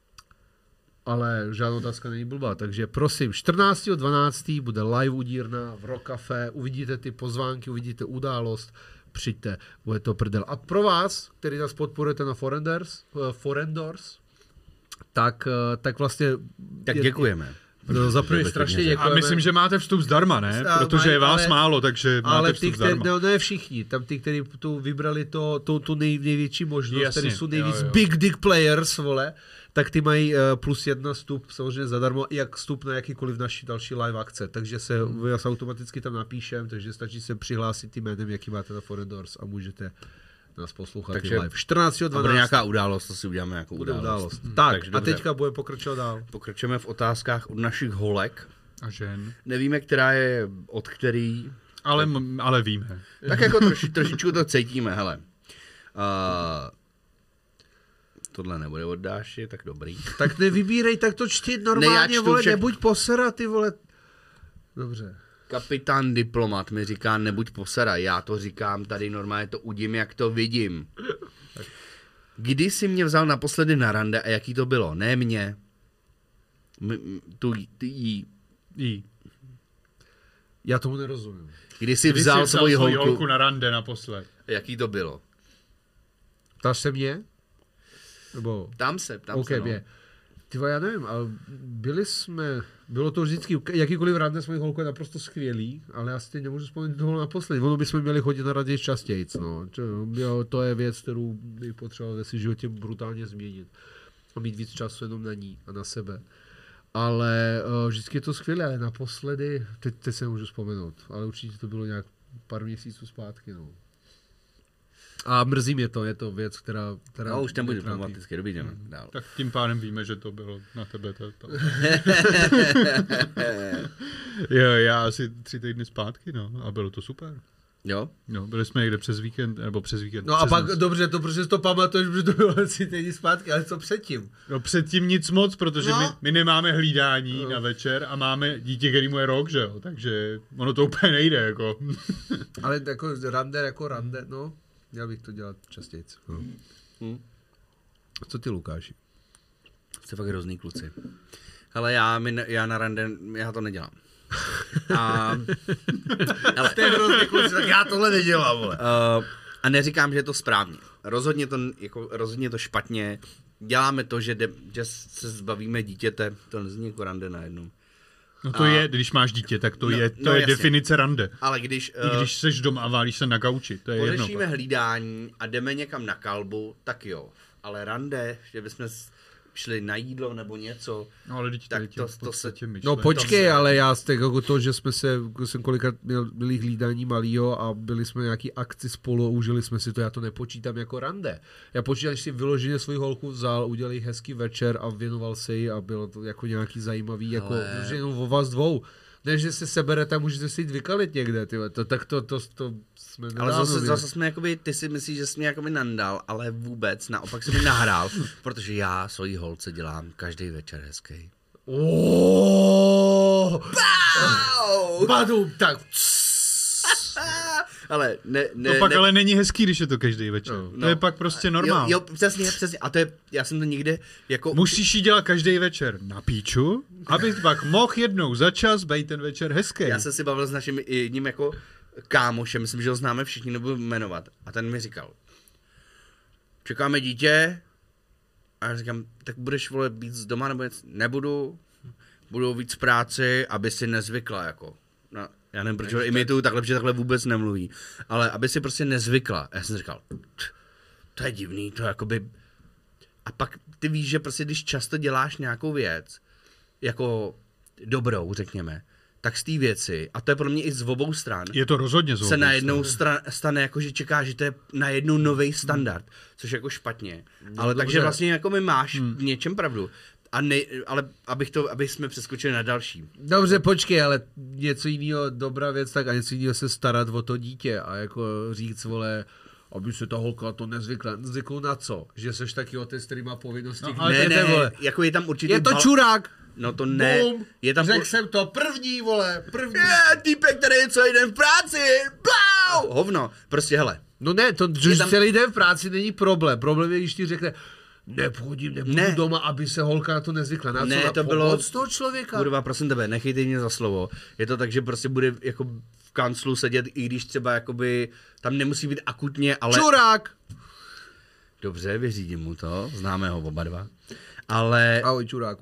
ale žádná otázka není blbá, takže prosím, 14.12. bude live udírna v Rock Café, uvidíte ty pozvánky, uvidíte událost, přijďte, bude to prdel. A pro vás, který nás podporujete na Forendors, tak vlastně... Tak děkujeme. Za první strašně A děkujeme. myslím, že máte vstup zdarma, ne? Protože je vás málo, takže ale máte ty, vstup zdarma. ne všichni, tam ty, kteří tu vybrali tu největší možnost, Jasně, který jsou nejvíc jo. big dick players, vole, tak ty mají +1 vstup samozřejmě zadarmo, jak vstup na jakýkoliv naší další live akce, takže se vás automaticky tam napíšem, takže stačí se přihlásit tím jménem, jaký máte na Forendors a můžete nás poslouchat Takže live. 14.12. Bude nějaká událost, to si uděláme nějakou bude událost. Tak, Takže a dobře. teďka budeme pokračovat dál. Pokračujeme v otázkách od našich holek. A žen. Nevíme, která je od který. Ale víme. Tak jako trošičku to cítíme, hele. Tohle nebude od Dáši, tak dobrý. Tak nevybírej, tak to čti normálně, čtu vole, všechno. nebuď posera, ty vole. Dobře. Kapitán diplomat mi říká, nebuď posera. Já to říkám tady normálně, to udím, jak to vidím. Kdy jsi mě vzal naposledy na rande a jaký to bylo? Ne mě. Jí. Já tomu nerozumím. Kdy jsi vzal svoji holku na rande naposled. a jaký to bylo? Ptáš se mě? Nebo... Tam se, no. Ty vole, já nevím, ale bylo to vždycky, jakýkoliv rande s mojí holkou je naprosto skvělý, ale já si teď nemůžu vzpomenout toho naposledy. Ono bychom měli chodit na rande častěji, no. To je věc, kterou bych potřeboval ve svém životě brutálně změnit. A mít víc času jenom na ní a na sebe. Ale vždycky je to skvělé, ale naposledy, teď se můžu vzpomenout, ale určitě to bylo nějak pár měsíců zpátky, no. A mrzí mě to, je to věc, která No, už nebudu diplomaticky, dobrý, jdeme dál. Tak tím pádem víme, že to bylo na tebe. Jo, já asi 3 týdny zpátky, no, a bylo to super. Jo? No, byli jsme někde přes víkend, nebo přes víkend. No a pak, dobře, to protože to pamatuješ, že to bylo 3 týdny zpátky, ale co předtím? No předtím nic moc, protože my nemáme hlídání na večer a máme dítě, který mu je rok, že jo, takže ono to úplně nejde, jako. Ale jako rande, no, měl bych to dělat častěji. Co ty, Lukáši? Jste fakt hrozný kluci. Hele, já na rande, já to nedělám. Ale To je hrozný kluci, tak já tohle nedělám, vole. A neříkám, že je to správně. Rozhodně to špatně. Děláme to, že se zbavíme dítěte, to nezní jako rande najednou. No to je, když máš dítě, tak to je definice rande. Ale když... I když seš doma a válíš se na gauči, to je jedno. Pořešíme hlídání a jdeme někam na kalbu, tak jo. Ale rande, že bychom šli na jídlo nebo něco, no, ale tak to se... No počkej, ale já z jako to, že jsem kolikrát měli hlídání malýho a byli jsme nějaký akci spolu a užili jsme si to, já to nepočítám jako rande. Já počítám, že si vyloženě svou holku vzal, udělal jí hezký večer a věnoval se jí a bylo to jako nějaký zajímavý, jako protože jenom o vás dvou. Ne, že se seberete a můžete si jít vykalit někde, tyhle. To jsme nedávno. Ale zase jsme jakoby, ty si myslíš, že jsi mě jakoby nandal, ale vůbec, naopak jsem mi nahrál, protože já svojí holce dělám každý večer hezký. Badum, tak. Ale ale není hezký, když je to každý večer. No. To je pak prostě normál. Jo, přesně. A to je, já jsem to nikdy jako... Musíš jí dělat každý večer na píču, aby pak mohl jednou za čas být ten večer hezký. Já jsem si bavil s naším jedním jako kámošem, myslím, že ho známe všichni, nebudu jmenovat. A ten mi říkal, čekáme dítě, a já říkám, tak budeš, vole, víc doma, nebo něco? Nebudu, budu víc v práci, aby si nezvykla, jako. No, já nevím, proč ho imituju takhle, protože takhle vůbec nemluví. Ale aby si prostě nezvykla. Já jsem říkal, to je divný, to jakoby... A pak ty víš, že prostě když často děláš nějakou věc, jako dobrou, řekněme, tak z té věci, a to je pro mě i z obou stran, je to rozhodně z obou se najednou stane jako, že čekáš, že to je najednou nový standard, což je jako špatně. No, ale dobře. takže vlastně jako my máš v něčem pravdu. Ale aby jsme přeskočili na další. Dobře, počkej, ale něco jiného, dobrá věc, tak a něco jiného se starat o to dítě a jako říct, vole, aby se ta holka to nezvykla. Zvykla na co? Že seš taky otec, který má povinnosti. No, ne, jako je tam určitě... Je to čurák! No to ne. Boom. Je tam Řekl jsem to první, vole, první. Týpek, který je celý den v práci. Blau! Hovno. Prostě hele. No ne, to, že tam... celý den v práci není problém. Problém je, když ti řekne, nebudu doma, aby se holka na to nezvykla. Na ne, co? To bylo toho člověka. Kurva, prosím tebe, nechejte mě za slovo. Je to tak, že prostě bude jako v kanclu sedět, i když třeba jakoby tam nemusí být akutně, ale... Čurák! Dobře, vyřídím mu to, známe ho oba dva. Ale... Ahoj, čuráku.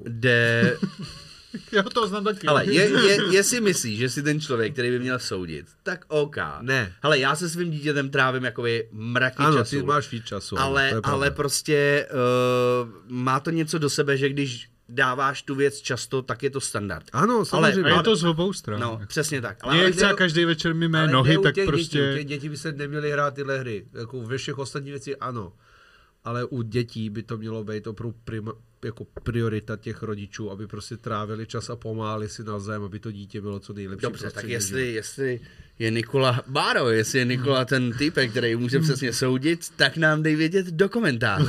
Já to znám taky. Ale jestli myslíš, že si ten člověk, který by měl soudit, tak OK. Ne. Hele, já se svým dítětem trávím jakoby mraky času. Ano, ty máš víc času. Ale prostě má to něco do sebe, že když dáváš tu věc často, tak je to standard. Ano, samozřejmě. A je to z obou stran. No, přesně tak. Ale chce každý večer mi mé nohy, tak prostě... Děti by se neměly hrát tyhle hry. Jako ve všech ostatních věcí ano. Ale u dětí by to mělo být opravdu jako priorita těch rodičů, aby prostě trávili čas a pomáhali si na zem, aby to dítě bylo co nejlepší. Dobře, tak jestli je Nikola Báro, jestli je Nikola ten týpek, který může přesně soudit, tak nám dej vědět do komentářů.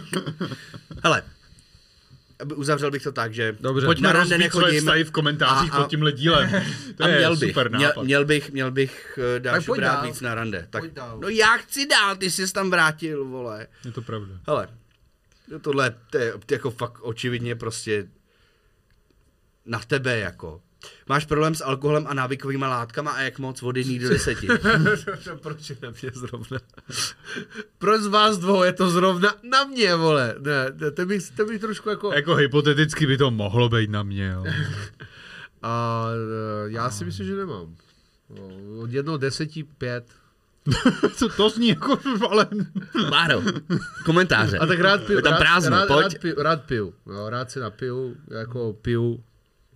Hele, uzavřel bych to tak, že... Dobře, pojďme rozbít své vztahy v komentářích pod tímhle dílem. To je super nápad. Měl bych dáš brát víc na rande. Tak, no já chci dál, ty jsi tam vrátil, vole. Je to pravda. Hele, tohle je jako fakt očividně prostě na tebe jako. Máš problém s alkoholem a návykovými látkama a jak moc od 1 do 10? Proč je na mě zrovna? Proč z vás dvou je to zrovna na mě, vole? Ne, to bych trošku jako... Jako hypoteticky by to mohlo být na mě, jo. A já si myslím, že nemám. Od 1 do 10, 5. To zní jako, ale... Báro, komentáře. A tak rád piju. Je tam prázdno, pojď. Rád piju. No, rád se napiju, jako piju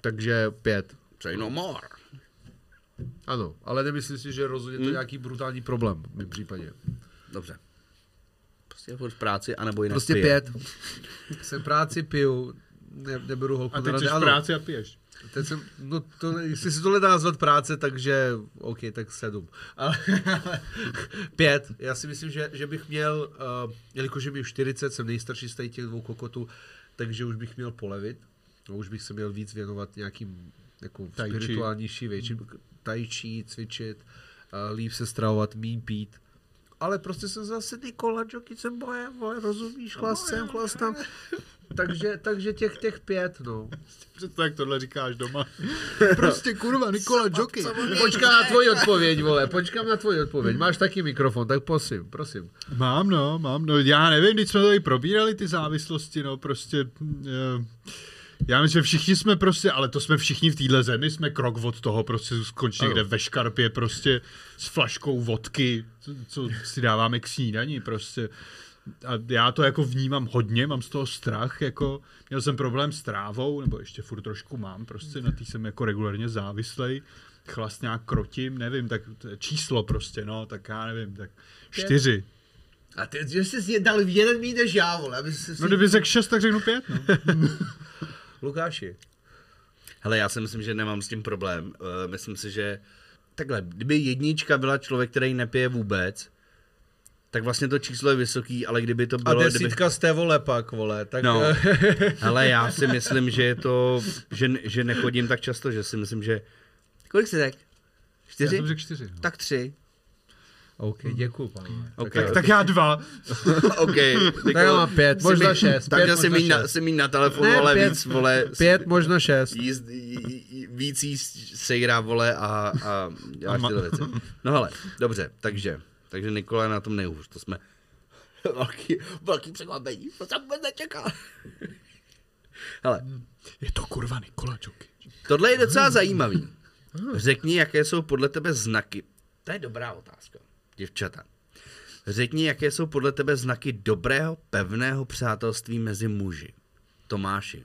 Takže 5. Say no more. Ano, ale nemyslím si, že rozhodně to nějaký brutální problém v mém případě. Dobře. Prostě v práci, anebo jinak Prostě pije. 5. Jsem práci, piju, neberu holku. A teď jsi v práci a piješ. Teď jsem, no to, jestli si tohle dá nazvat práce, takže OK, tak 7. Ale 5. Já si myslím, že bych měl, jelikož je mi 40, jsem nejstarší z těch 2 kokotů, takže už bych měl polevit. Už bych se měl víc věnovat nějakým jako spirituálnější větším tai chi, cvičit, líp se stravovat, míň pít. Ale prostě jsem zase Nikola Jockey, jsem boje, rozumíš, chlastcem, chlastám. Takže těch 5, no. Přesto jak tohle říkáš doma. Prostě kurva, Nikola Jockey. Počkám na tvoji odpověď, vole, počkám na tvoji odpověď. Máš taky mikrofon, tak prosím. Mám, no, já nevím, když jsme tady probírali ty závislosti, no, prostě... Já myslím, že všichni jsme prostě, ale to jsme všichni v téhle zemi, jsme krok od toho prostě skončit někde ve škarpě prostě s flaškou vodky, co si dáváme k snídani prostě. A já to jako vnímám hodně, mám z toho strach, jako měl jsem problém s trávou, nebo ještě furt trošku mám, prostě na tý jsem jako regulárně závislej, chlast nějak krotím, nevím, tak číslo prostě, no, tak já nevím, tak 4. A ty, že jsi dal jeden míň než já, vole, aby si... No kdyby řekl 6, tak řeknu 5, no. Lukáši. Hele, já si myslím, že nemám s tím problém. Myslím si, že takhle, kdyby 1 byla člověk, který nepije vůbec, tak vlastně to číslo je vysoký, ale kdyby to bylo... A 10 z té vole pak, vole, tak... No, hele, já si myslím, že je to, že nechodím tak často, že si myslím, že... Kolik jsi řekl? 4? Já jsem řekl 4. No. Tak 3. OK, děkuju, pane. Okay. Tak já 2. OK. Tak já mám 5, možná 6. Takže si mít na telefonu, vole, 5, víc, vole... 5, možná 6. Víc sejra, vole, a děláš tyhle věci. No hele, dobře, takže Nikola je na tom nejhůř, to jsme... Velký překvapení, to jsem vůbec nečekal. Hele. Je to kurva Nikola Jockey. Tohle je docela zajímavý. Řekni, jaké jsou podle tebe znaky... To je dobrá otázka, děvčata. Řekni, jaké jsou podle tebe znaky dobrého, pevného přátelství mezi muži. Tomáši.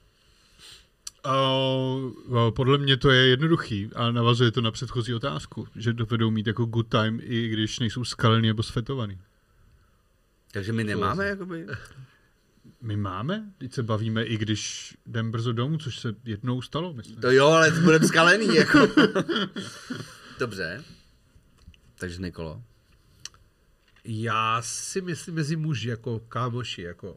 Podle mě to je jednoduchý a navazuje to na předchozí otázku, že dovedou mít jako good time, i když nejsou skalený nebo svetovaný. Takže my nemáme, jakoby... My máme? Teď se bavíme, i když jdem brzo domů, což se jednou stalo, myslím. To jo, ale budeme skalený, jako... Dobře. Takže Nikolo. Já si myslím mezi muži, jako kámoši, jako...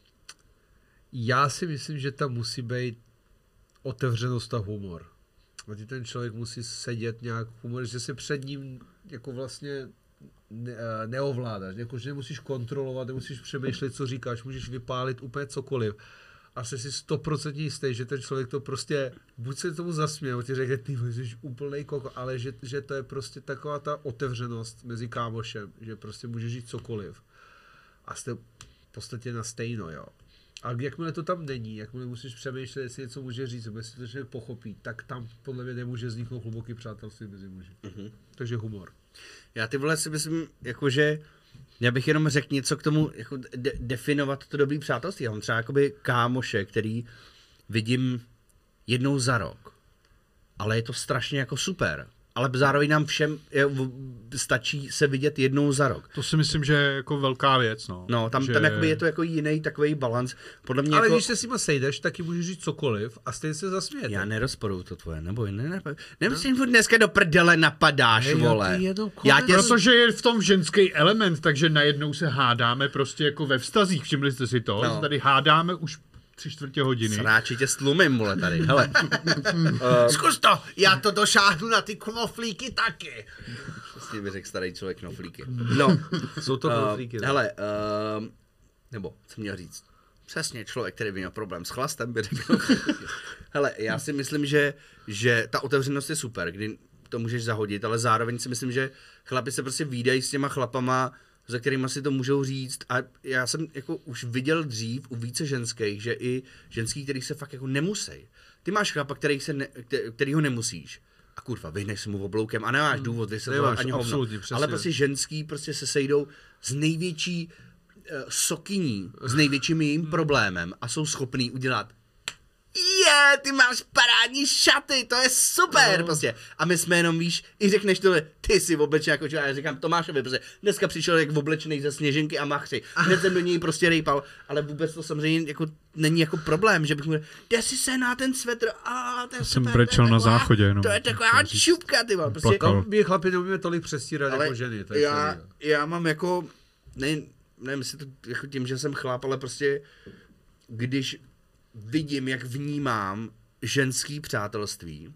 Já si myslím, že tam musí být otevřenost a humor. A ty ten člověk musí sedět nějak humor, že se před ním jako vlastně neovládáš, jako, že nemusíš kontrolovat, nemusíš přemýšlet, co říkáš, můžeš vypálit úplně cokoliv. A jsi si 100% jistý, že ten člověk to prostě, buď se tomu zasměje, ti řekne, ty jsi úplnej koko, ale že to je prostě taková ta otevřenost mezi kámošem, že prostě můžeš říct cokoliv. A jste v podstatě na stejno, jo. A jakmile to tam není, jakmile musíš přemýšlet, jestli něco může říct, jestli to člověk pochopí, tak tam podle mě nemůže vzniknout hluboký přátelství mezi muži. Takže humor. Já ty vole si myslím, jakože já bych jenom řekl něco k tomu, jako definovat to dobrý přátelství. Já mám třeba jakoby kámoše, který vidím jednou za rok, ale je to strašně jako super. Ale zároveň nám všem stačí se vidět jednou za rok. To si myslím, že je jako velká věc, no. No, tam jakoby je to jako jiný takový balans. Podle mě ale jako... když se s nima sejdeš, taky můžeš říct cokoliv a stejně se zasmějete. Já nerozporuju to tvoje, nebo nemyslím, že dneska do prdele napadáš, vole. Protože je v tom ženský element, takže najednou se hádáme prostě jako ve vztazích. Všimli jste si to? No. Tady hádáme už 3/4 hodiny. Sráči tě stlumím, vole, tady. Hele. Zkus to, já to došáhnu na ty knoflíky taky. Vlastně by řekl starý člověk knoflíky. No. Jsou to knoflíky. Hele, nebo co měl říct? Přesně, člověk, který by měl problém s chlastem, by řekl. Hele, já si myslím, že ta otevřenost je super, kdy to můžeš zahodit, ale zároveň si myslím, že chlapi se prostě vídají s těma chlapama, za kterýma si to můžou říct, a já jsem jako už viděl dřív u více ženských, že i ženský, který se fakt jako nemusí. Ty máš chlapa, který ho nemusíš. A kurva, vyhneš se mu obloukem a nemáš důvod vysvětlovat ani hovno. Ale prostě ženský prostě se sejdou s největší sokyní, s největším jejím problémem a jsou schopný udělat ty máš parádní šaty, to je super, prostě. A my jsme jenom, víš, i řekneš tohle, ty jsi oblečený jako čo, a já říkám Tomášovi, protože dneska přišel jak oblečený ze Sněženky a Machři. Hned jsem do něj prostě rejpal, ale vůbec to samozřejmě jako není jako problém, že bych mu řekl, kde si se na ten svetr, to je jsem super, brečel na záchodě jenom. to je taková čupka, ty vole, prostě. My chlapi neumíme tolik přestírat jako ženy. To je já mám jako, nevím, jestli to jako tím, že jsem chlap, ale prostě, když vidím, jak vnímám ženský přátelství,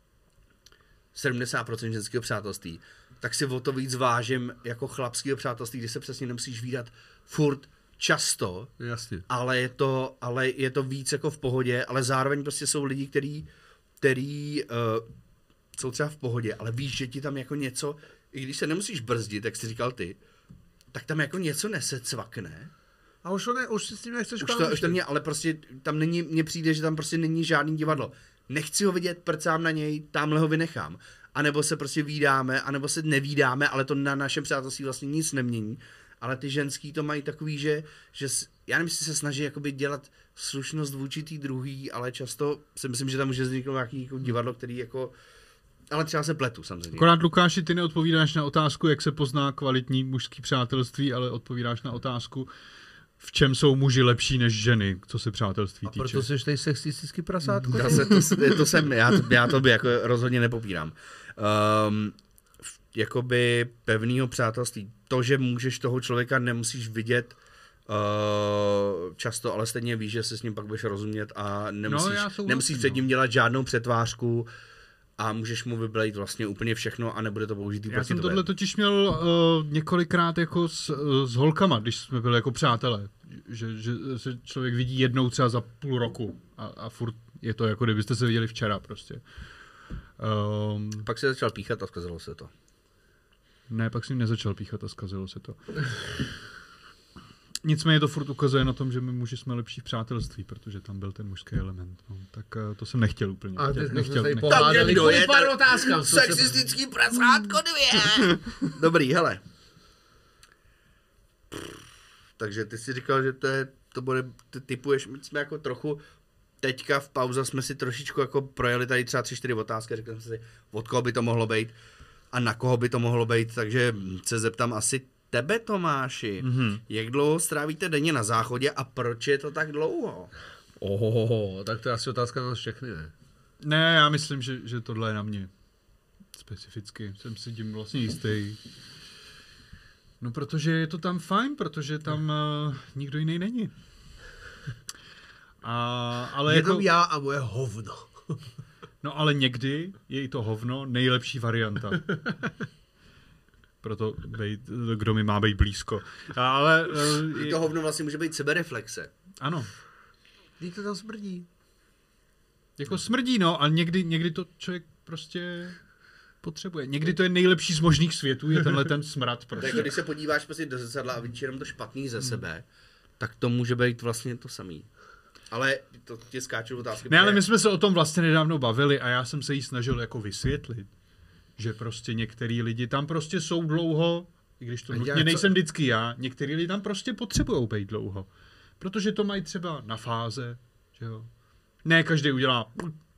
70% ženského přátelství, tak si o to víc vážím jako chlapského přátelství, kdy se přesně nemusíš vídat furt často, jasně. ale je to víc jako v pohodě, ale zároveň prostě jsou lidi, který jsou třeba v pohodě, ale víš, že ti tam jako něco, i když se nemusíš brzdit, jak jsi říkal ty, tak tam jako něco nesecvakne. A už si s tím nechceš už to mě, ale prostě tam není, mně přijde, že tam prostě není žádný divadlo. Nechci ho vidět, prcám na něj, tamhle ho vynechám. A nebo se prostě vídáme, anebo se nevídáme, ale to na našem přátelství vlastně nic nemění. Ale ty ženský to mají takový, že já nevím, jestli se snaží jakoby dělat slušnost vůči tý druhý, ale často si myslím, že tam může vzniknout nějaký jako divadlo, který jako... Ale třeba se pletu, samozřejmě. Akorát, Lukáši, ty neodpovídáš na otázku, jak se pozná kvalitní mužský přátelství, ale odpovídáš na otázku, v čem jsou muži lepší než ženy, co se přátelství týče. A proto jsi tady sexistický prasátko? Já to by jako rozhodně nepopírám. Jakoby pevnýho přátelství. To, že můžeš toho člověka nemusíš vidět často, ale stejně víš, že se s ním pak budeš rozumět a nemusíš před ním dělat žádnou přetvářku a můžeš mu vyblejt vlastně úplně všechno a nebude to použitý proti tobě. Já jsem tohle totiž měl několikrát jako s holkama, když jsme byli jako přátelé. Že se člověk vidí jednou třeba za půl roku a furt je to jako kdybyste se viděli včera prostě. Pak se začal píchat a zkazilo se to. Ne, pak jsem nezačal píchat a zkazilo se to. Nicméně to furt ukazuje na tom, že my muži jsme lepší v přátelství, protože tam byl ten mužský element. No, tak to jsem nechtěl úplně. Tam někdo je sexistický prasátko 2. Dobrý, hele. Takže ty si říkal, že to bude, ty typuješ, my jsme jako trochu, teďka v pauze jsme si trošičku jako projeli tady třeba 3-4 otázky, řekl jsem si, od koho by to mohlo být a na koho by to mohlo být, takže se zeptám asi tebe, Tomáši, jak dlouho strávíte denně na záchodě a proč je to tak dlouho? Tak to je asi otázka na nás všechny, ne? Ne, já myslím, že tohle je na mě specificky, jsem si tím vlastně jistý. No, protože je to tam fajn, protože tam nikdo jiný není. Ale jenom jako... já a moje hovno. No, ale někdy je i to hovno nejlepší varianta. Proto kdo mi má být blízko. Ale i to hovno vlastně může být sebereflexe. Ano. Když to tam smrdí. Jako smrdí, no, ale někdy to člověk prostě potřebuje. Někdy to je nejlepší z možných světů, je tenhle ten smrad. Prostě. Tak když se podíváš prostě do zrcadla a vidíš jenom to špatný ze sebe, tak to může být vlastně to samý. Ale to tě skáču otázky. Ne, ale my jsme se o tom vlastně nedávno bavili a já jsem se jí snažil jako vysvětlit, že prostě některý lidi tam prostě jsou dlouho, i když to nutně nejsem vždycky já, některý lidi tam prostě potřebujou být dlouho. Protože to mají třeba na fáze, že jo. Ne, každý udělá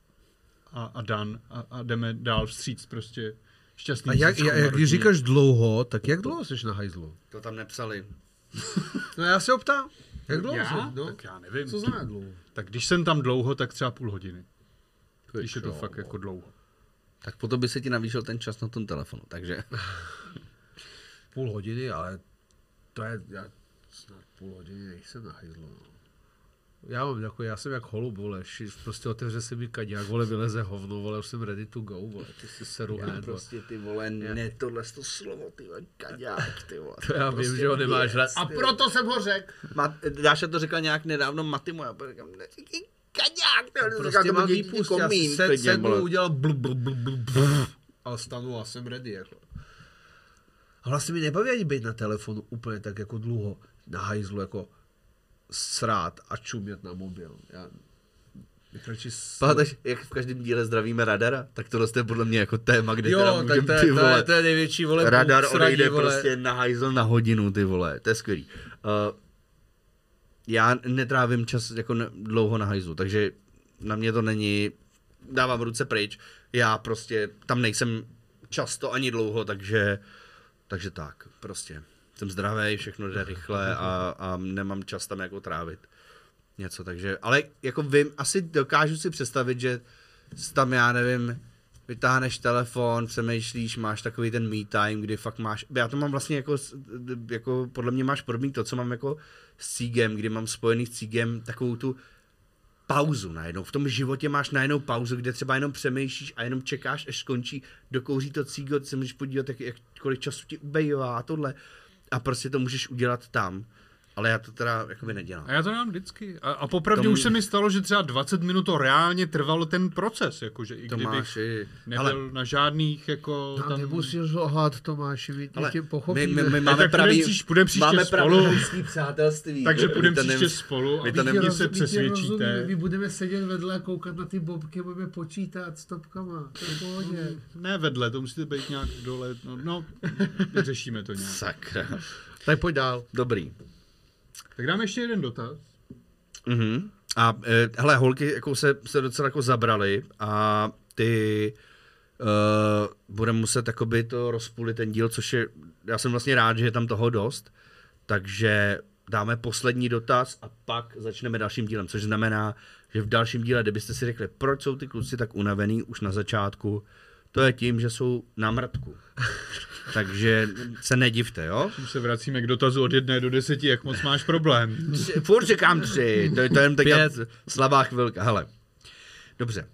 a dan a jdeme dál vstříc prostě šťastný. A jak když říkáš dlouho, tak jak dlouho jsi na hajzlu? To tam nepsali. No já se optám. Jak dlouho jsi? No? Tak já nevím. Co znamená dlouho? Tak když jsem tam dlouho, tak třeba půl hodiny. Když je to fakt jako dlouho. Tak potom by se ti navýšil ten čas na tom telefonu, takže. Půl hodiny, ale to je, já snad půl hodiny nejsem na hajzlu. Já jsem jak holub, vole, prostě otevře se mi kaďák, vole, vyleze hovno, vole, už jsem ready to go, vole, ty si seru prostě ty vole, ne tohle to slovo, ty vole, kaďák, ty vole. To já prostě vím, že ho nemáš rád. A proto jsem ho řekl. Dáša to řekla nějak nedávno Matimu, já říkám, kaďák, ty prostě mám výpust, já sednu, udělal blub, a stanu a jsem ready, jako. A vlastně mi nebaví ani být na telefonu úplně tak jako dlouho, na hajzlu, jako srát a čumět na mobil. Já bych radši... Pamatuješ, jak v každém díle zdravíme Radara? Tak tohle je podle mě jako téma, kde teda můžem, ty vole. To je největší, vole, Radar odejde prostě na hajzl na hodinu, ty vole. To je skvělý. Já netrávím čas jako dlouho na hajzlu, takže na mě to není, dávám ruce pryč, já prostě tam nejsem často ani dlouho, takže tak, prostě. Jsem zdravý, všechno jde rychle a nemám čas tam jako trávit něco, takže, ale jako vím, asi dokážu si představit, že tam, já nevím, vytáhneš telefon, přemýšlíš, máš takový ten me time, kdy fakt máš, já to mám vlastně jako podle mě máš podobný to, co mám jako s cígem, kdy mám spojený s cígem takovou tu pauzu najednou. V tom životě máš najednou pauzu, kde třeba jenom přemýšlíš a jenom čekáš, až skončí, dokouří to cígo, ty se můžeš podívat, kolik času ti ubejvá a tohle. A prostě to můžeš udělat tam. Ale já to teda jakoby nedělám. A já to dělám vždycky. A popravdě už se mi stalo, že třeba 20 minut to reálně trvalo ten proces, jakože i kdybych nebyl na žádných jako... Tam... Nemusíš lhát, Tomáši, my tě pochopíme. My máme pravý... Půjdeme příště spolu. přátelství. Takže půjdeme příště spolu a vy se přesvědčíte. My budeme sedět vedle a koukat na ty bobky a budeme počítat stopkama. To je v pohodě. Ne vedle, to musíte být nějak dole. No, řešíme to nějak. Sakra. Tak pojď dál. Dobrý. Tak dáme ještě jeden dotaz. A hele, holky jako se docela jako zabrali a ty budeme muset jakoby to rozpůlit ten díl, což je, já jsem vlastně rád, že je tam toho dost, takže dáme poslední dotaz a pak začneme dalším dílem, což znamená, že v dalším díle, kdybyste si řekli, proč jsou ty kluci tak unavený už na začátku, to je tím, že jsou na mrtku. Takže se nedivte, jo? Když se vracíme k dotazu od 1 do 10, jak moc máš problém? Furt říkám 3, to je jen teďka slabá chvilka, hele. Dobře.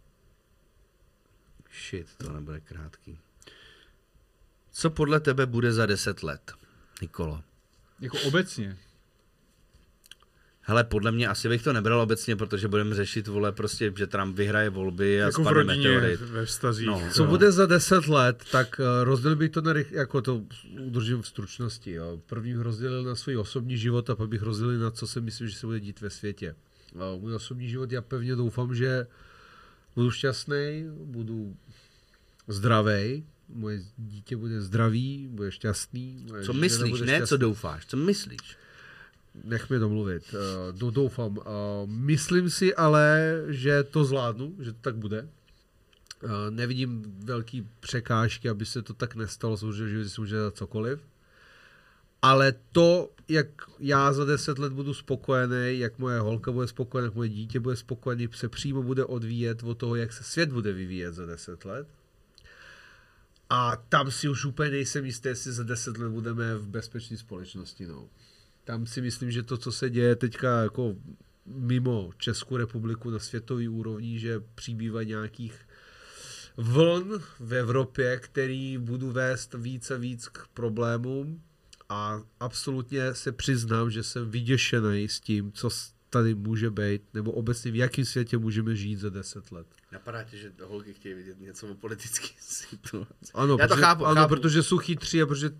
Shit, to nebude krátký. Co podle tebe bude za 10 let, Nikolo? Jako obecně? Hele, podle mě asi bych to nebral obecně, protože budeme řešit, vole, prostě, že Trump vyhraje volby a jako spadne rodině, meteorit. ve vztazích. No. Co bude za 10 let, tak rozdělil bych to jako to udržím v stručnosti. Jo. První bych rozdělil na svůj osobní život a pak bych rozdělil na co si myslím, že se bude dít ve světě. Můj osobní život, já pevně doufám, že budu šťastný, budu zdravý, moje dítě bude zdravý, bude šťastný. Co myslíš, ne co doufáš, co myslíš? Nech mě domluvit. Doufám. Myslím si ale, že to zvládnu, že to tak bude. Nevidím velký překážky, aby se to tak nestalo, že si může dát cokoliv. Ale to, jak já za 10 let budu spokojený, jak moje holka bude spokojená, jak moje dítě bude spokojený, se přímo bude odvíjet od toho, jak se svět bude vyvíjet za 10 let. A tam si už úplně nejsem jistý, jestli za 10 let budeme v bezpečné společnosti. No. Tam si myslím, že to, co se děje teďka jako mimo Českou republiku na světový úrovni, že přibývá nějakých vln v Evropě, který budou vést víc a víc k problémům a absolutně se přiznám, že jsem vyděšený s tím, co tady může být, nebo obecně v jakém světě můžeme žít za 10 let. Napadá tě, že holky chtějí vidět něco o politické situaci. Ano, já to chápu. Protože jsou chytří a protože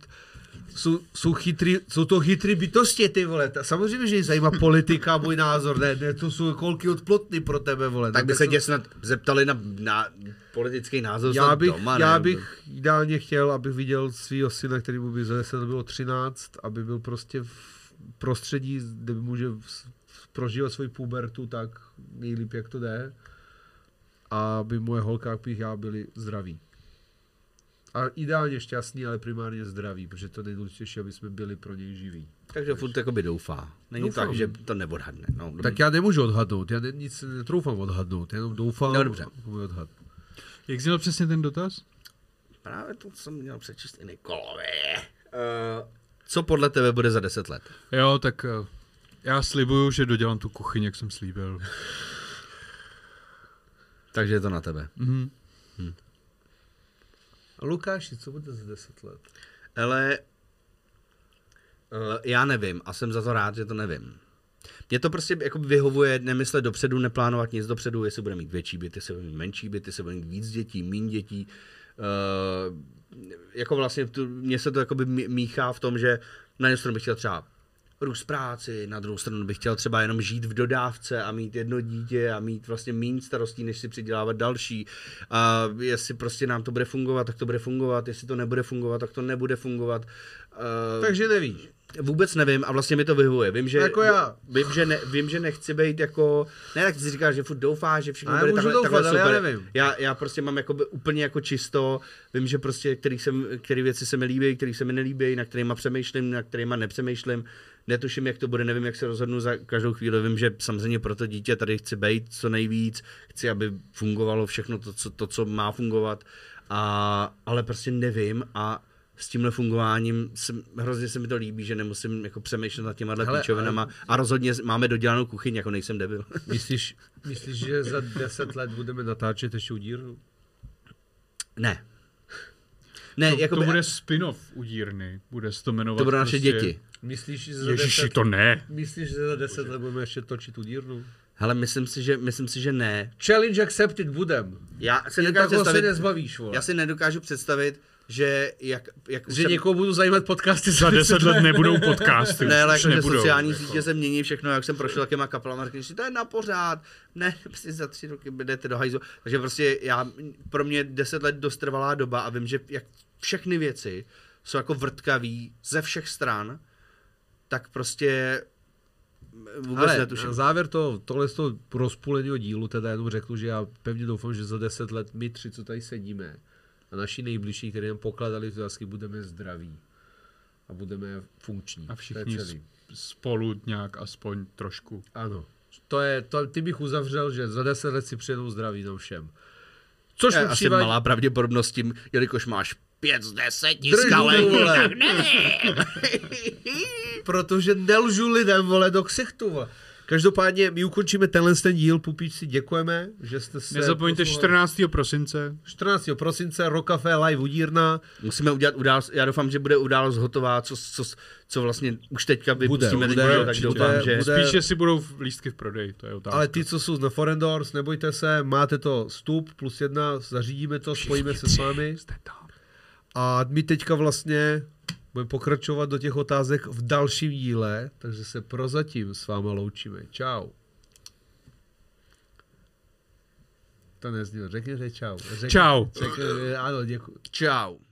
jsou to chytrý bytosti, ty vole. Samozřejmě, že jim zajímá politika, můj názor, ne, to jsou kolky odplotný pro tebe, vole. Tak by se tě snad zeptali na politický názor já bych ideálně chtěl, abych viděl svýho syna, který mu by za 10 bylo 13, aby byl prostě v prostředí, kde může prožívat svoji pubertu tak nejlíp, jak to jde. A aby moje holka a já byli zdraví. A ideálně šťastný, ale primárně zdraví, protože to nejdůležitější, aby jsme byli pro něj živí. Takže furt jakoby doufá. Není tak, že to neodhadne. No, tak já nemůžu odhadnout, já nic netroufám odhadnout, jenom doufám, no, dobře. Můj odhad. Jak zněl přesně ten dotaz? Právě to jsem měl přečíst i Nikolovi. Co podle tebe bude za 10 let? Jo, tak já slibuju, že dodělám tu kuchyň, jak jsem slíbil. Takže je to na tebe. Mhm. A Lukáši, co bude za 10 let? Ale já nevím a jsem za to rád, že to nevím. Mě to prostě jako vyhovuje nemyslet dopředu, neplánovat nic dopředu, jestli bude mít větší byt, jestli bude mít menší byt, jestli bude mít víc dětí, míň dětí. Jako vlastně mně se to jakoby míchá v tom, že na jednu stranu bych chtěl třeba růst práci, na druhou stranu bych chtěl třeba jenom žít v dodávce a mít jedno dítě a mít vlastně méně starostí, než si přidělávat další. A jestli prostě nám to bude fungovat, tak to bude fungovat, jestli to nebude fungovat, tak to nebude fungovat. Takže nevíš. Vůbec nevím a vlastně mi to vyhovuje. Vím, že, jako já. Vím, že nechci být jako, ne, tak si říkáš, že furt doufáš, že všechno bude takhle super. Já nevím. Já prostě mám jakoby úplně jako čisto, vím, že prostě který věci se mi líbí, který se mi nelíbí, na kterýma přemýšlím, na kterýma nepřemýšlím. Netuším, jak to bude, nevím, jak se rozhodnu za každou chvíli. Vím, že samozřejmě pro to dítě tady chci být co nejvíc, chci, aby fungovalo všechno to, co má fungovat, ale prostě nevím a s tímhle fungováním hrozně se mi to líbí, že nemusím jako přemýšlet nad těma píčovinama a rozhodně máme dodělanou kuchyň, jako nejsem debil. Myslíš, že za 10 let budeme natáčet ještě udírnu? Ne. To bude spin-off udírny, bude se to jmenovat. To budou naše děti. Myslíš, že za Ježiši, 10... to ne. Myslíš, že za 10 let budeme ještě točit udírnu? Hele, myslím si, že ne. Challenge accepted budem. Já si nedokážu představit, že že někoho budu zajímat podcasty za 10 let nebudou podcasty. Ne, ale jako, že sociální sítě se mění všechno, jak jsem prošel takýma kapelama, že to je na pořád, ne, prostě za 3 roky jdete do hajzu. Takže prostě pro mě 10 let dost trvalá doba a vím, že jak všechny věci jsou jako vrtkavý ze všech stran, tak prostě vůbec netuším. Na závěr tohle z toho rozpůleného dílu teda jenom řeknu, že já pevně doufám, že za 10 let my 3, co tady sedíme, a naši nejbližší, kteří nám pokladali otázky, budeme zdraví a budeme funkční. A všichni spolu nějak aspoň trošku. Ano. Ty bych uzavřel, že za 10 let si přijedou zdraví nám všem. Což je asi malá pravděpodobnost tím, jelikož máš 5 z 10 skalek, tak ne. Protože nelžu lidem, vole, do ksichtu, vole. Každopádně my ukončíme ten díl, pupíčci, děkujeme, že jste se... Nezapomeňte 14. prosince. 14. prosince, Rock Café live udírna. Musíme udělat událost, já doufám, že bude událost hotová, co vlastně už teďka vypustíme, tak doufám, že... Spíše si budou lístky v prodeji, to je otázka. Ale ty, co jsou na Forendors, nebojte se, máte to vstup +1, zařídíme to, spojíme se s vámi. A my teďka vlastně... budeme pokračovat do těch otázek v dalším díle, takže se prozatím s váma loučíme. Čau. To neznělo. Řekněte čau. Čau. Ano, děkuji. Čau.